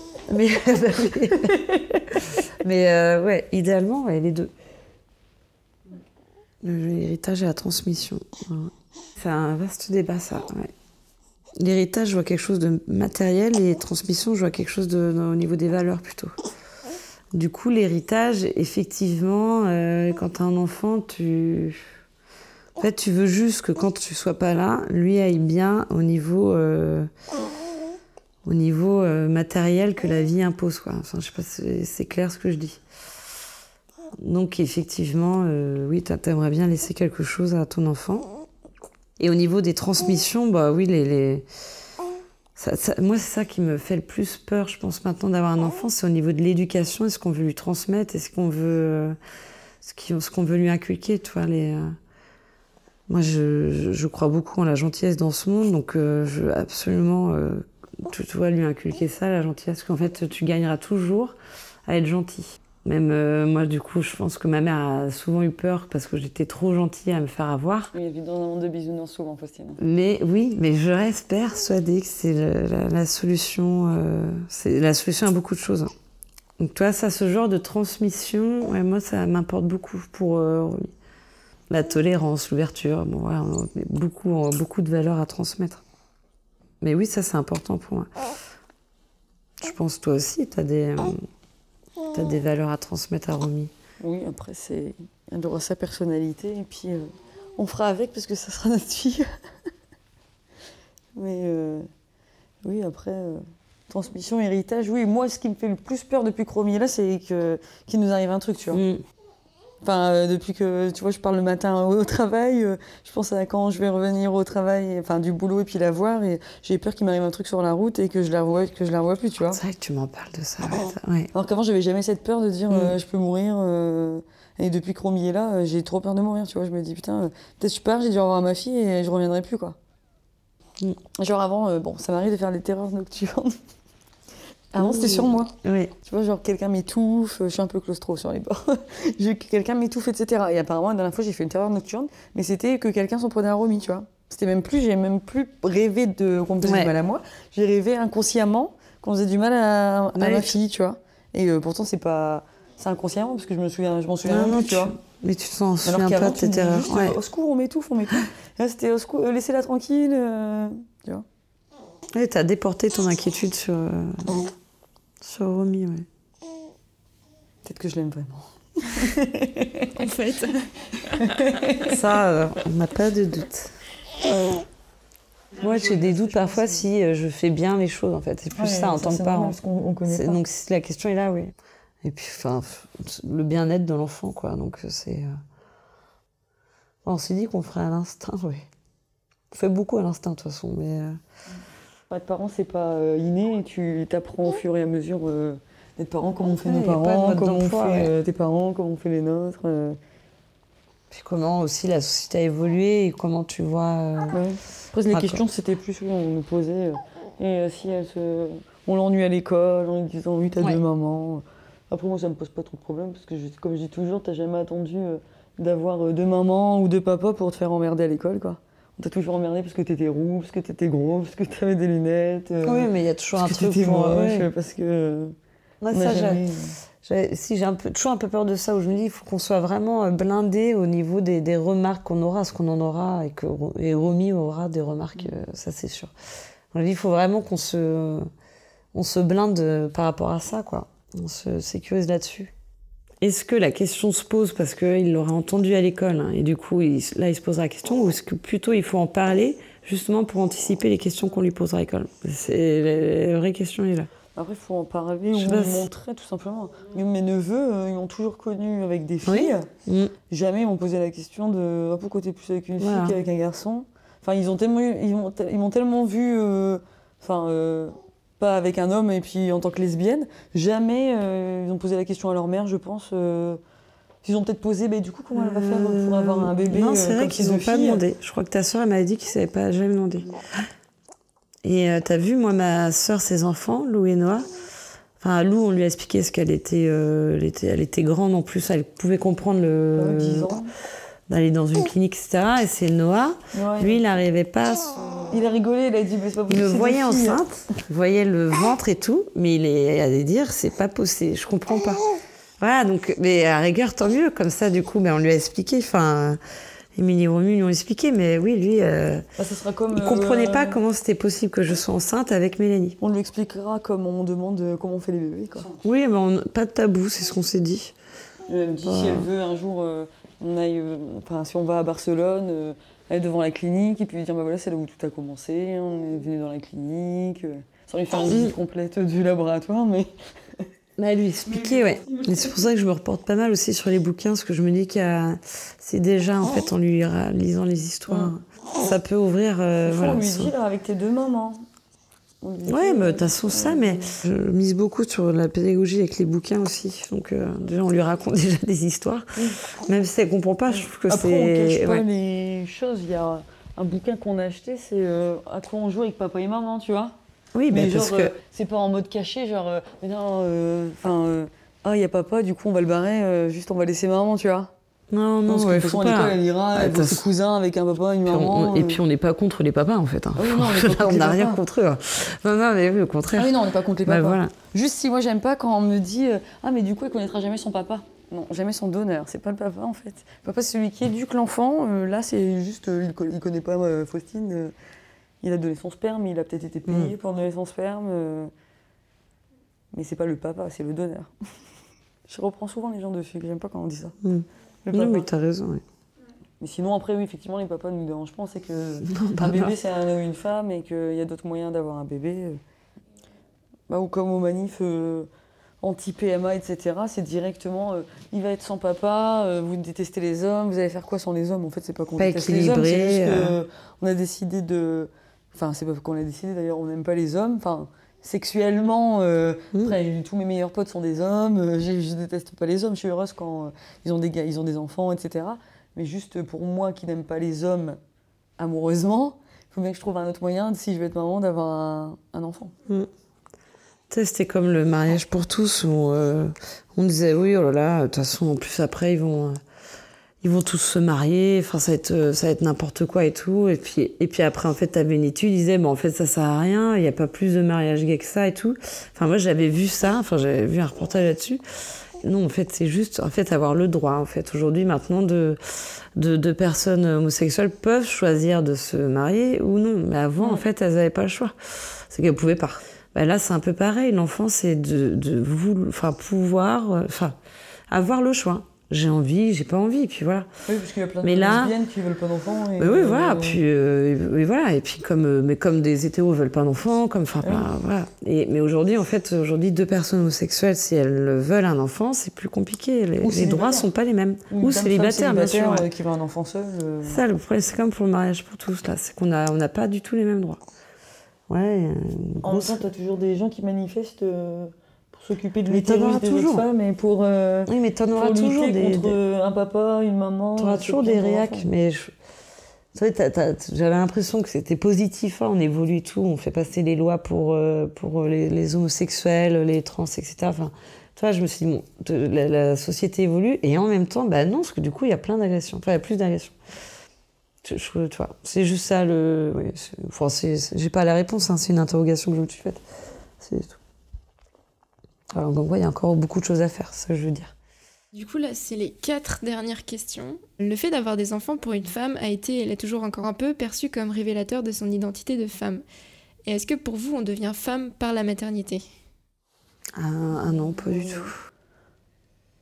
Mais idéalement, les deux. L'héritage et la transmission. Voilà. C'est un vaste débat, ça. Ouais. L'héritage, je vois quelque chose de matériel, et les transmissions, je vois quelque chose au niveau des valeurs plutôt. Du coup, l'héritage, effectivement, quand tu as un enfant, tu veux juste que quand tu sois pas là, lui aille bien au niveau matériel que la vie impose, quoi. Enfin, je sais pas si c'est clair ce que je dis. Donc oui, t'aimerais bien laisser quelque chose à ton enfant. Et au niveau des transmissions, oui, moi, c'est ça qui me fait le plus peur, je pense, maintenant d'avoir un enfant, c'est au niveau de l'éducation. Est-ce qu'on veut lui transmettre? Est-ce qu'on veut lui inculquer, tu vois, Moi, je crois beaucoup en la gentillesse dans ce monde, donc je veux absolument tu dois lui inculquer ça, la gentillesse, qu'en fait, tu gagneras toujours à être gentil. Même moi, du coup, je pense que ma mère a souvent eu peur parce que j'étais trop gentille à me faire avoir. Oui, évidemment, dans un monde de bisounours souvent, Faustine. Mais je reste persuadée que c'est la solution. C'est la solution à beaucoup de choses. Donc, toi, ce genre de transmission, moi, ça m'importe beaucoup pour la tolérance, l'ouverture. Bon, voilà, on a beaucoup de valeurs à transmettre. Mais oui, ça, c'est important pour moi. Je pense toi aussi, t'as des valeurs à transmettre à Romy. Oui, après, elle aura sa personnalité, et puis on fera avec parce que ça sera notre fille. Mais oui, après, transmission, héritage, oui, moi, ce qui me fait le plus peur depuis que Romy est là, c'est qu'il nous arrive un truc, tu vois. Enfin, depuis que, tu vois, je parle le matin au travail, je pense à quand je vais revenir au travail, enfin, du boulot, et puis la voir, et j'ai peur qu'il m'arrive un truc sur la route et que je la revoie plus, tu vois. C'est vrai que tu m'en parles de ça. Ouais. Alors qu'avant, j'avais jamais cette peur de dire je peux mourir. Et depuis que Romy est là, j'ai trop peur de mourir, tu vois. Je me dis, putain, peut-être je pars, j'ai dû revoir ma fille et je reviendrai plus, quoi. Genre avant, ça m'arrive de faire des terreurs nocturnes. Avant, c'était sur moi. Oui. Tu vois, genre quelqu'un m'étouffe, je suis un peu claustro sur les bords. Quelqu'un m'étouffe, etc. Et apparemment, la dernière fois, j'ai fait une terreur nocturne, mais c'était que quelqu'un s'en prenait à Romy, tu vois. J'ai même plus rêvé qu'on me faisait du mal à moi. J'ai rêvé inconsciemment qu'on faisait du mal à ma fille, tu vois. Et pourtant, c'est inconsciemment, parce que je m'en souviens plus, tu vois. Mais tu t'en souviens pas de tes terreurs. Au secours, on m'étouffe. Et là, c'était au secours, laissez-la tranquille, tu vois. Oui, t'as déporté ton inquiétude sur Romy, ouais. Peut-être que je l'aime vraiment. En fait. Ça, on n'a pas de doute. Moi, j'ai des doutes parfois si je fais bien les choses, en fait. C'est plus ça en tant que parent. On connaît pas. Donc, si la question est là, oui. Et puis, le bien-être de l'enfant, quoi. Donc, c'est... On s'est dit qu'on ferait à l'instinct, oui. On fait beaucoup à l'instinct, de toute façon, mais... Être parent, c'est pas inné, et tu t'apprends au fur et à mesure d'être parent, comment on fait nos parents, comment on fait tes parents, comment on fait les nôtres. Puis comment aussi la société a évolué et comment tu vois... Après, les questions, c'était plus, on nous posait, et si on l'ennuie à l'école, en lui disant, oui, t'as deux mamans. Après, moi, ça me pose pas trop de problème, parce que, comme je dis toujours, t'as jamais attendu d'avoir deux mamans ou deux papas pour te faire emmerder à l'école, quoi. On t'a toujours emmerdé parce que t'étais roux, parce que t'étais gros, parce que t'avais des lunettes. Oui, mais il y a toujours un truc pour... moche, parce que... Moi, j'ai toujours un peu peur de ça, où je me dis qu'il faut qu'on soit vraiment blindé au niveau des remarques qu'on aura, ce qu'on en aura, et Romy aura des remarques, ça c'est sûr. Donc, il faut vraiment qu'on se blinde par rapport à ça, quoi. On se sécurise là-dessus. est-ce que la question se pose parce qu'il l'aura entendu à l'école, hein, et du coup, il se posera la question, ou est-ce que plutôt il faut en parler, justement pour anticiper les questions qu'on lui posera à l'école? C'est la vraie question est là. Après, il faut en parler ou montrer, tout simplement. Mes neveux, ils m'ont toujours connu avec des filles. Oui. Jamais ils m'ont posé la question de pourquoi t'es plus avec une fille qu'avec un garçon. Enfin, ils m'ont tellement vu, pas avec un homme et puis en tant que lesbienne. Jamais ils ont posé la question à leur mère, je pense. Ils ont peut-être posé, du coup, comment elle va faire pour avoir un bébé? Non, c'est vrai qu'ils n'ont pas demandé. Je crois que ta sœur, elle m'avait dit qu'ils ne savaient pas jamais demandé. Et t'as vu, moi, ma sœur, ses enfants, Lou et Noah. Enfin, Lou, on lui a expliqué ce qu'elle était. Elle était grande en plus, elle pouvait comprendre 10 ans. D'aller dans une clinique, etc. Et c'est Noah. Ouais. Lui, il n'arrivait pas. Il a rigolé, il a dit, mais c'est pas possible. Il me voyait enceinte, il voyait le ventre et tout, mais il allait dire, c'est pas possible, je comprends pas. Voilà, donc, mais à rigueur, tant mieux. Comme ça, du coup, on lui a expliqué. Enfin. Émilie et Romu lui ont expliqué, mais oui, lui, ça sera comme, il comprenait pas comment c'était possible que je sois enceinte avec Mélanie. On lui expliquera comme on demande comment on fait les bébés, quoi. Oui, mais pas de tabou, c'est ce qu'on s'est dit. Elle me dit si elle veut un jour, on aille, si on va à Barcelone, aller devant la clinique et puis lui dire voilà, c'est là où tout a commencé, on est venu dans la clinique, sans lui faire une visite complète du laboratoire, mais. Elle lui expliquer, ouais. Et c'est pour ça que je me reporte pas mal aussi sur les bouquins, parce que je me dis que c'est déjà, en fait, en lui lisant les histoires, ça peut ouvrir... on lui dit, là, avec tes deux mamans. Ouais, mais t'as son ça, mais je mise beaucoup sur la pédagogie avec les bouquins aussi. Donc, déjà, on lui raconte déjà des histoires. Même si elle comprend pas, je trouve que Après, c'est... on cache pas les choses. Il y a un bouquin qu'on a acheté, c'est à quoi on joue avec papa et maman, tu vois. Oui, mais genre, parce que... c'est pas en mode caché, genre, mais non, il y a papa, du coup, on va le barrer, juste on va laisser maman, tu vois. Non, parce que de toute façon, à l'école, elle ira, elle voit ses cousins avec un papa, une maman. Et puis, on n'est pas contre les papas, en fait. Hein. Ah oui, non, on n'a rien contre eux. Hein. Non, mais oui, au contraire. Ah oui, non, on n'est pas contre les papas. Voilà. Juste si moi, j'aime pas quand on me dit mais du coup, il connaîtra jamais son papa. Non, jamais son donneur, c'est pas le papa, en fait. Le papa, c'est celui qui éduque l'enfant. Là, c'est juste, il connaît pas Faustine. Il a donné son sperme, il a peut-être été payé pour donner son sperme. Mais c'est pas le papa, c'est le donneur. Je reprends souvent les gens dessus, que j'aime pas quand on dit ça. Non, mais t'as raison, oui. Mais sinon, après, oui, effectivement, les papas ne nous dérangent pas. On sait qu'un bébé, c'est un homme ou une femme et qu'il y a d'autres moyens d'avoir un bébé. Ou comme aux manifs anti-PMA, etc., c'est directement il va être sans papa, vous détestez les hommes, vous allez faire quoi sans les hommes? En fait, c'est pas qu'on déteste les hommes, c'est juste qu'on a décidé de... Enfin, c'est pas qu'on a décidé, d'ailleurs, on n'aime pas les hommes. Enfin, sexuellement, après, tous mes meilleurs potes sont des hommes, je déteste pas les hommes, je suis heureuse quand ils ont des enfants, etc. Mais juste pour moi qui n'aime pas les hommes amoureusement, il faut bien que je trouve un autre moyen, si je veux être maman, d'avoir un enfant. C'était comme le mariage pour tous, où on disait oui, oh là là, de toute façon, en plus après, ils vont tous se marier, enfin, ça va être n'importe quoi et tout. Et puis après, en fait, t'avais une étude, ils disaient, en fait, ça sert à rien, il n'y a pas plus de mariage gay que ça et tout. Enfin, moi, j'avais vu ça, j'avais vu un reportage là-dessus. Non, en fait, c'est juste, avoir le droit, en fait. Aujourd'hui, maintenant, de personnes homosexuelles peuvent choisir de se marier ou non. Mais avant, en fait, elles n'avaient pas le choix. C'est qu'elles pouvaient pas. Là, c'est un peu pareil. L'enfant, c'est pouvoir avoir le choix. J'ai envie, j'ai pas envie, puis voilà. Oui, parce qu'il y a plein de lesbiennes qui veulent pas d'enfants. Oui, voilà. Puis voilà. Et puis comme des hétéros veulent pas d'enfants, voilà. Mais aujourd'hui, en fait, deux personnes homosexuelles, si elles veulent un enfant, c'est plus compliqué. Les droits sont pas les mêmes. Ou célibataire, bien sûr. Qui veut un enfant seul. Ça, le problème, c'est comme pour le mariage pour tous là, c'est qu'on n'a pas du tout les mêmes droits. Ouais. En même temps, t'as toujours des gens qui manifestent. S'occuper de l'utérus des autres femmes et pour oui, mais t'en auras toujours contre un papa, une maman. T'auras toujours des réacs, mais j'avais l'impression que c'était positif. On évolue et tout, on fait passer les lois pour les homosexuels, les trans, etc. Enfin, tu vois, je me suis dit, la société évolue et en même temps, non, parce que du coup, il y a plein d'agressions. Enfin, il y a plus d'agressions. Tu vois, c'est juste ça j'ai pas la réponse, c'est une interrogation que je me suis faite. C'est tout. Alors, donc, il y a encore beaucoup de choses à faire, c'est ce que je veux dire. Du coup, là, c'est les 4 dernières questions. Le fait d'avoir des enfants pour une femme a été, et l'est toujours encore un peu, perçu comme révélateur de son identité de femme. Et est-ce que pour vous, on devient femme par la maternité ? Ah non, pas du tout.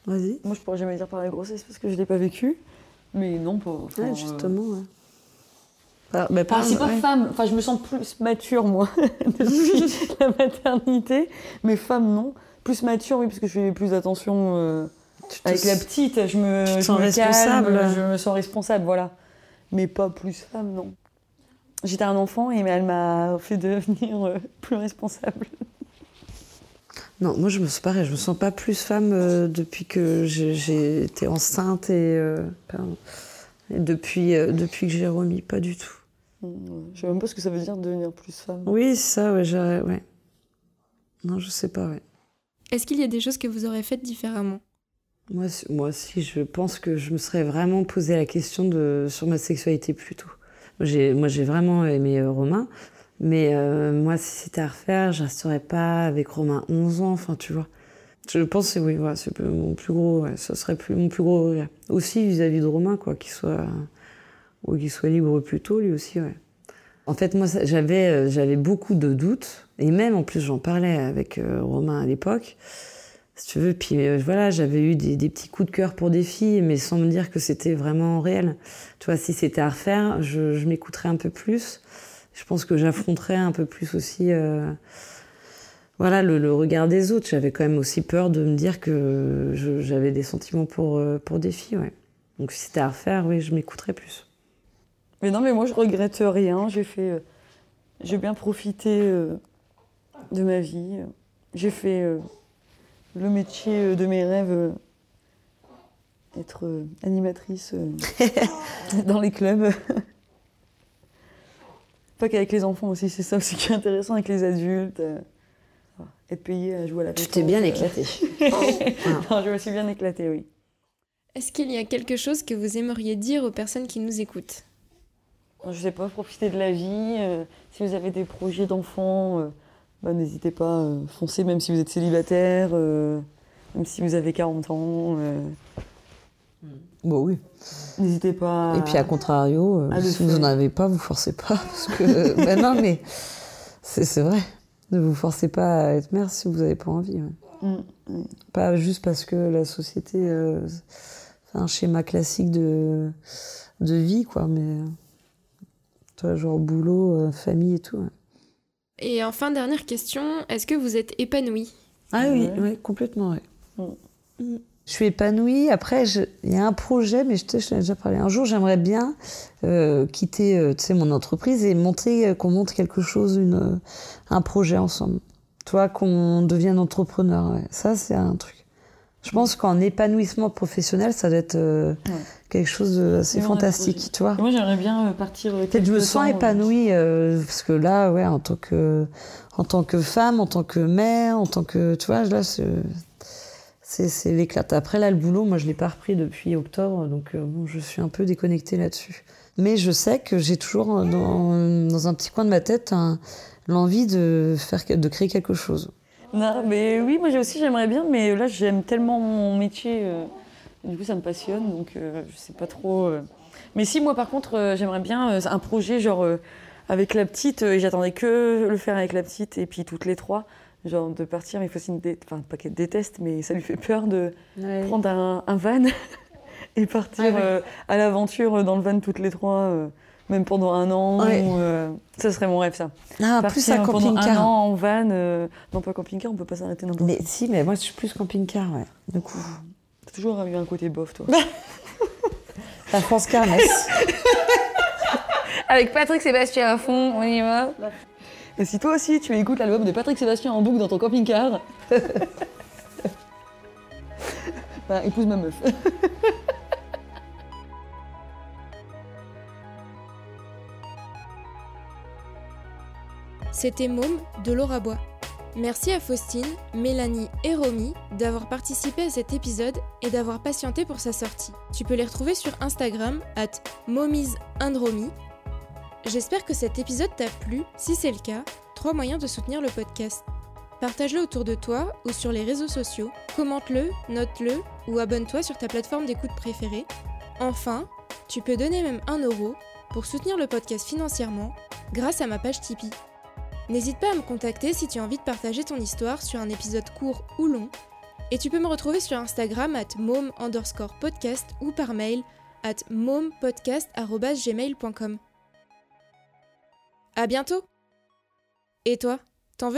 Vas-y. Moi, je pourrais jamais dire par la grossesse parce que je l'ai pas vécu. Mais non, pas. Ouais, justement, ouais. C'est pas femme. Enfin, je me sens plus mature, moi, depuis la maternité. Mais femme, non. Plus mature, oui, parce que je fais plus attention avec la petite. Je me sens responsable. Calme, je me sens responsable, voilà. Mais pas plus femme, non. J'étais un enfant et elle m'a fait devenir plus responsable. Non, moi je me sens pas plus femme depuis que j'ai été enceinte et depuis que j'ai remis, pas du tout. Je sais même pas ce que ça veut dire devenir plus femme. Oui, c'est ça, ouais. Non, je sais pas, ouais. Est-ce qu'il y a des choses que vous aurez faites différemment ? Moi aussi, je pense que je me serais vraiment posé la question sur ma sexualité plus tôt. Moi, j'ai vraiment aimé Romain. Mais moi, si c'était à refaire, je resterais pas avec Romain 11 ans, enfin, tu vois. Je pense que oui, ouais, c'est mon plus gros, ouais, ça serait mon plus gros regret. Aussi vis-à-vis de Romain, quoi, qu'il soit libre plus tôt, lui aussi, ouais. En fait, moi, j'avais beaucoup de doutes, et même, en plus, j'en parlais avec Romain à l'époque, si tu veux, puis voilà, j'avais eu des petits coups de cœur pour des filles, mais sans me dire que c'était vraiment réel. Tu vois, si c'était à refaire, je m'écouterais un peu plus. Je pense que j'affronterais un peu plus aussi le regard des autres. J'avais quand même aussi peur de me dire que j'avais des sentiments pour des filles. Ouais. Donc si c'était à refaire, oui, je m'écouterais plus. Mais non, mais moi je regrette rien. J'ai bien profité de ma vie. J'ai fait le métier de mes rêves, être animatrice dans les clubs. Pas qu'avec les enfants aussi, c'est ça aussi qui est intéressant avec les adultes. Être payé à jouer à la pétanque. Tu t'es bien éclatée. Non, je me suis bien éclatée, oui. Est-ce qu'il y a quelque chose que vous aimeriez dire aux personnes qui nous écoutent ? Je sais pas, profitez de la vie. Si vous avez des projets d'enfants, n'hésitez pas, foncez même si vous êtes célibataire, même si vous avez 40 ans. Bon, oui. N'hésitez pas. Et puis, à contrario, si vous n'en avez pas, vous forcez pas. Parce que. Non, mais c'est vrai. Ne vous forcez pas à être mère si vous n'avez pas envie. Ouais. Pas juste parce que la société. C'est un schéma classique de vie, quoi. Mais. Toi, genre boulot, famille et tout. Ouais. Et enfin, dernière question, est-ce que vous êtes épanouie ? Ah oui, ouais, complètement, ouais. Je suis épanouie. Après, il y a un projet, mais je t'en ai déjà parlé. Un jour, j'aimerais bien quitter mon entreprise et qu'on monte quelque chose, un projet ensemble. Tu vois, qu'on devienne entrepreneur. Ouais. Ça, c'est un truc. Je pense qu'en épanouissement professionnel, ça doit être quelque chose d'assez fantastique, tu vois. Et moi, j'aimerais bien partir. Peut-être je me sens épanouie parce que là, ouais, en tant que femme, en tant que mère, en tant que, tu vois, là, c'est l'éclat. Après, là, le boulot, moi, je l'ai pas repris depuis octobre, donc bon, je suis un peu déconnectée là-dessus. Mais je sais que j'ai toujours dans un petit coin de ma tête l'envie de créer quelque chose. Non, mais oui, moi j'aimerais bien, mais là j'aime tellement mon métier, du coup ça me passionne, donc je sais pas trop. Mais si, moi par contre, j'aimerais bien un projet genre avec la petite, et j'attendais que le faire avec la petite, et puis toutes les trois, genre de partir, mais Faustine, pas qu'elle déteste, mais ça lui fait peur de prendre un van et partir à l'aventure dans le van toutes les trois. Même pendant 1 an, ça serait mon rêve, ça. Ah, plus un camping-car. Pendant 1 an en van, non pas camping-car, on peut pas s'arrêter n'importe où. Mais si, mais moi je suis plus camping-car, ouais. Du coup. T'as toujours eu un côté bof, toi. La France Kermesse. Avec Patrick Sébastien à fond, on y va. Et si toi aussi tu écoutes l'album de Patrick Sébastien en boucle dans ton camping-car, épouse ma meuf. C'était Môme de Laura Bois. Merci à Faustine, Mélanie et Romy d'avoir participé à cet épisode et d'avoir patienté pour sa sortie. Tu peux les retrouver sur Instagram @momiesandromy. J'espère que cet épisode t'a plu. Si c'est le cas, 3 moyens de soutenir le podcast. Partage-le autour de toi ou sur les réseaux sociaux, commente-le, note-le ou abonne-toi sur ta plateforme d'écoute préférée. Enfin, tu peux donner même 1 € pour soutenir le podcast financièrement grâce à ma page Tipeee. N'hésite pas à me contacter si tu as envie de partager ton histoire sur un épisode court ou long, Et tu peux me retrouver sur Instagram @mom_podcast ou par mail mompodcast@gmail.com. À bientôt. Et toi, t'en veux des mômes ?